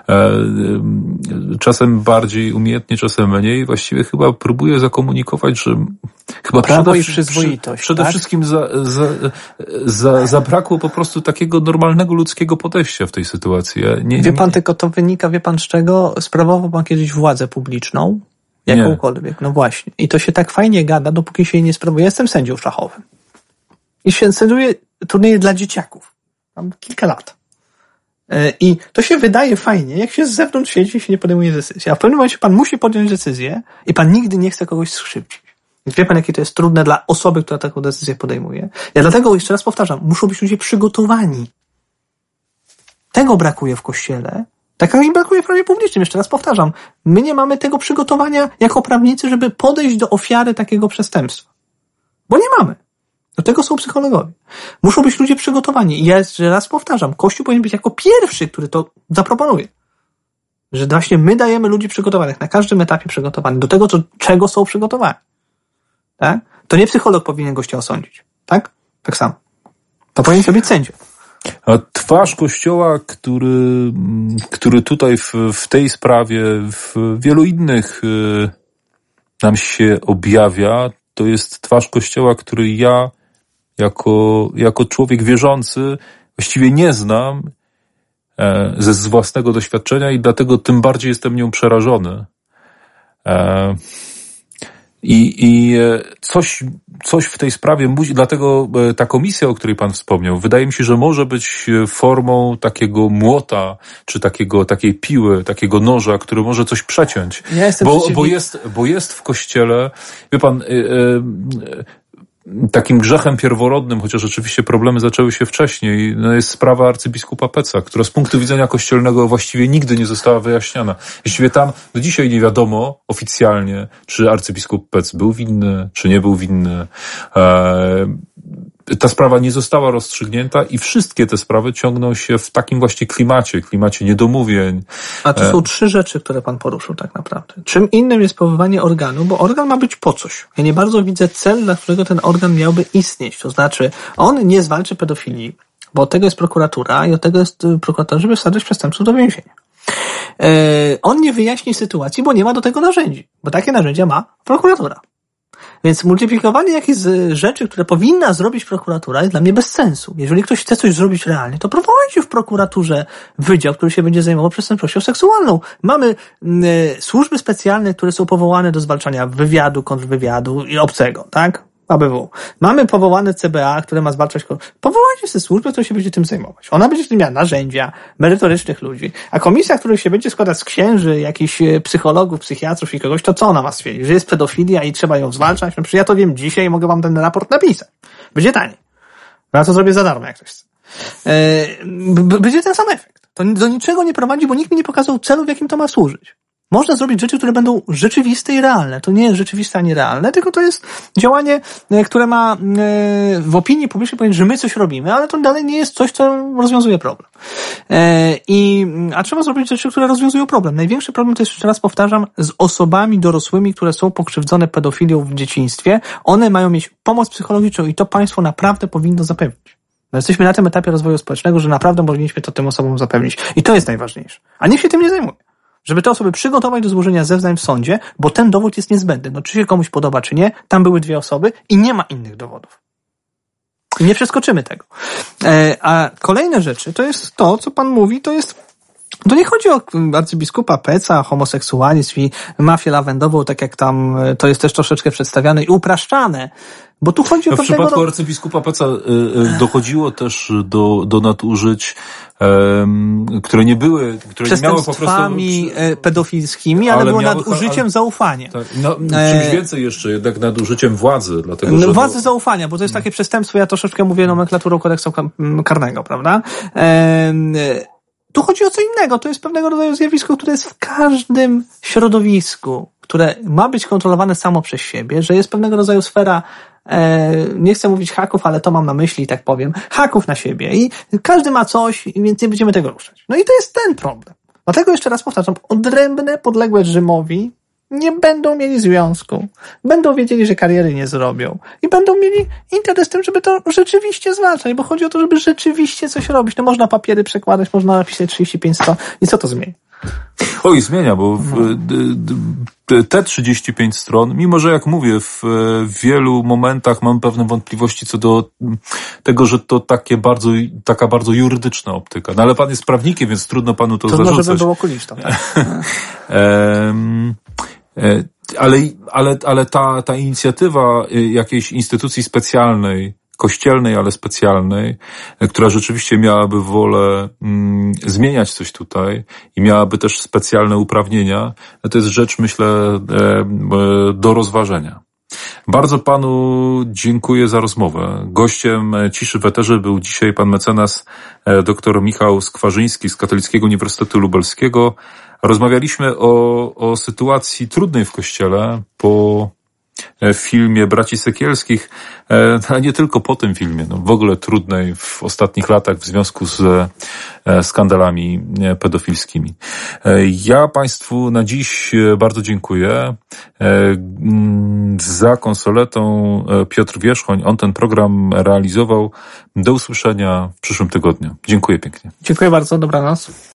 czasem bardziej umiejętnie, czasem mniej, właściwie chyba próbuję zakomunikować, że chyba prawo i przyzwoitość. Przede wszystkim zabrakło po prostu takiego normalnego ludzkiego podejścia w tej sytuacji. Wie pan, tylko to wynika, wie pan z czego? Sprawował pan kiedyś władzę publiczną Jakąkolwiek, no właśnie. I to się tak fajnie gada, dopóki się jej nie sprawuje. Ja jestem sędzią szachowym. I się sędziuję turnieje dla dzieciaków. Mam kilka lat. I to się wydaje fajnie, jak się z zewnątrz siedzi i się nie podejmuje decyzji. A w pewnym momencie pan musi podjąć decyzję i pan nigdy nie chce kogoś skrzywdzić. Więc wie pan, jakie to jest trudne dla osoby, która taką decyzję podejmuje. Ja dlatego jeszcze raz powtarzam, muszą być ludzie przygotowani. Tego brakuje w Kościele. Tak jak im brakuje w prawie publicznym. Jeszcze raz powtarzam. My nie mamy tego przygotowania jako prawnicy, żeby podejść do ofiary takiego przestępstwa. Bo nie mamy. Do tego są psychologowie. Muszą być ludzie przygotowani. I ja jeszcze raz powtarzam. Kościół powinien być jako pierwszy, który to zaproponuje. Że właśnie my dajemy ludzi przygotowanych, na każdym etapie przygotowanych, do tego, czego są przygotowani. Tak? To nie psycholog powinien gościa osądzić. Tak? Tak samo. To powinien sobie być sędzia. A twarz Kościoła, który tutaj w tej sprawie, w wielu innych nam się objawia, to jest twarz Kościoła, który ja jako człowiek wierzący właściwie nie znam z własnego doświadczenia i dlatego tym bardziej jestem nią przerażony. I coś w tej sprawie musi, dlatego ta komisja, o której pan wspomniał, wydaje mi się, że może być formą takiego młota, czy takiej piły, takiego noża, który może coś przeciąć. Ja jestem bo jest w Kościele, wie pan, takim grzechem pierworodnym, chociaż oczywiście problemy zaczęły się wcześniej, jest sprawa arcybiskupa Peca, która z punktu widzenia kościelnego właściwie nigdy nie została wyjaśniona. Właściwie tam do dzisiaj nie wiadomo oficjalnie, czy arcybiskup Pec był winny, czy nie był winny. Ta sprawa nie została rozstrzygnięta i wszystkie te sprawy ciągną się w takim właśnie klimacie niedomówień. A to są trzy rzeczy, które pan poruszył tak naprawdę. Czym innym jest powoływanie organu, bo organ ma być po coś. Ja nie bardzo widzę cel, dla którego ten organ miałby istnieć. To znaczy, on nie zwalczy pedofilii, bo od tego jest prokuratura i od tego jest prokurator, żeby wsadzać przestępców do więzienia. On nie wyjaśni sytuacji, bo nie ma do tego narzędzi, bo takie narzędzia ma prokuratura. Więc multiplikowanie jakichś rzeczy, które powinna zrobić prokuratura, jest dla mnie bez sensu. Jeżeli ktoś chce coś zrobić realnie, to prowadzi w prokuraturze wydział, który się będzie zajmował przestępczością seksualną. Mamy służby specjalne, które są powołane do zwalczania wywiadu, kontrwywiadu i obcego, tak? ABW. Mamy powołane CBA, które ma zwalczać... Powołajcie sobie służbę, która się będzie tym zajmować. Ona będzie miała narzędzia, merytorycznych ludzi. A komisja, która się będzie składać z księży, jakichś psychologów, psychiatrów i kogoś, to co ona ma stwierdzić? Że jest pedofilia i trzeba ją zwalczać? No przecież ja to wiem dzisiaj i mogę wam ten raport napisać. Będzie taniej. Ja to zrobię za darmo, jak ktoś chce. Będzie ten sam efekt. To do niczego nie prowadzi, bo nikt mi nie pokazał celu, w jakim to ma służyć. Można zrobić rzeczy, które będą rzeczywiste i realne. To nie jest rzeczywiste ani realne, tylko to jest działanie, które ma w opinii publicznej powiedzieć, że my coś robimy, ale to dalej nie jest coś, co rozwiązuje problem. A trzeba zrobić rzeczy, które rozwiązują problem. Największy problem to jest, jeszcze raz powtarzam, z osobami dorosłymi, które są pokrzywdzone pedofilią w dzieciństwie. One mają mieć pomoc psychologiczną i to państwo naprawdę powinno zapewnić. No jesteśmy na tym etapie rozwoju społecznego, że naprawdę powinniśmy to tym osobom zapewnić. I to jest najważniejsze. A nikt się tym nie zajmuje. Żeby te osoby przygotować do złożenia zeznań w sądzie, bo ten dowód jest niezbędny. No czy się komuś podoba, czy nie, tam były dwie osoby i nie ma innych dowodów. I nie przeskoczymy tego. A kolejne rzeczy, to jest to, co pan mówi, to nie chodzi o arcybiskupa Peca, homoseksualizm i mafię lawendową, tak jak tam to jest też troszeczkę przedstawiane i upraszczane. Bo tu chodzi o w przypadku arcybiskupa Peca dochodziło też do nadużyć, które nie miały po prostu przestępstwami pedofilskimi, ale było nadużyciem zaufania. Tak, czymś więcej jeszcze, jednak nadużyciem władzy, dlatego że władzy zaufania, bo to jest takie przestępstwo, ja troszeczkę mówię nomenklaturą kodeksu karnego, prawda? Tu chodzi o co innego, to jest pewnego rodzaju zjawisko, które jest w każdym środowisku, które ma być kontrolowane samo przez siebie, że jest pewnego rodzaju sfera, nie chcę mówić haków, ale to mam na myśli i tak powiem, haków na siebie i każdy ma coś, więc nie będziemy tego ruszać. No i to jest ten problem. Dlatego jeszcze raz powtarzam, odrębne, podległe Rzymowi nie będą mieli związku, będą wiedzieli, że kariery nie zrobią i będą mieli interes w tym, żeby to rzeczywiście zwalczać, bo chodzi o to, żeby rzeczywiście coś robić. No można papiery przekładać, można napisać 35 stron i co to zmieni? Oj, zmienia, bo te 35 stron, mimo że jak mówię, w wielu momentach mam pewne wątpliwości co do tego, że to taka bardzo jurydyczna optyka. No ale pan jest prawnikiem, więc trudno panu to zarzucać. To może by było okuliczną, tak? Ale ta inicjatywa jakiejś instytucji specjalnej, kościelnej, ale specjalnej, która rzeczywiście miałaby wolę zmieniać coś tutaj i miałaby też specjalne uprawnienia, to jest rzecz, myślę, do rozważenia. Bardzo panu dziękuję za rozmowę. Gościem Ciszy w Eterze był dzisiaj pan mecenas dr Michał Skwarzyński z Katolickiego Uniwersytetu Lubelskiego. Rozmawialiśmy o sytuacji trudnej w Kościele po filmie Braci Sekielskich, a nie tylko po tym filmie, w ogóle trudnej w ostatnich latach w związku z skandalami pedofilskimi. Ja państwu na dziś bardzo dziękuję. Za konsoletą Piotr Wierzchoń, on ten program realizował. Do usłyszenia w przyszłym tygodniu. Dziękuję pięknie. Dziękuję bardzo, dobranoc.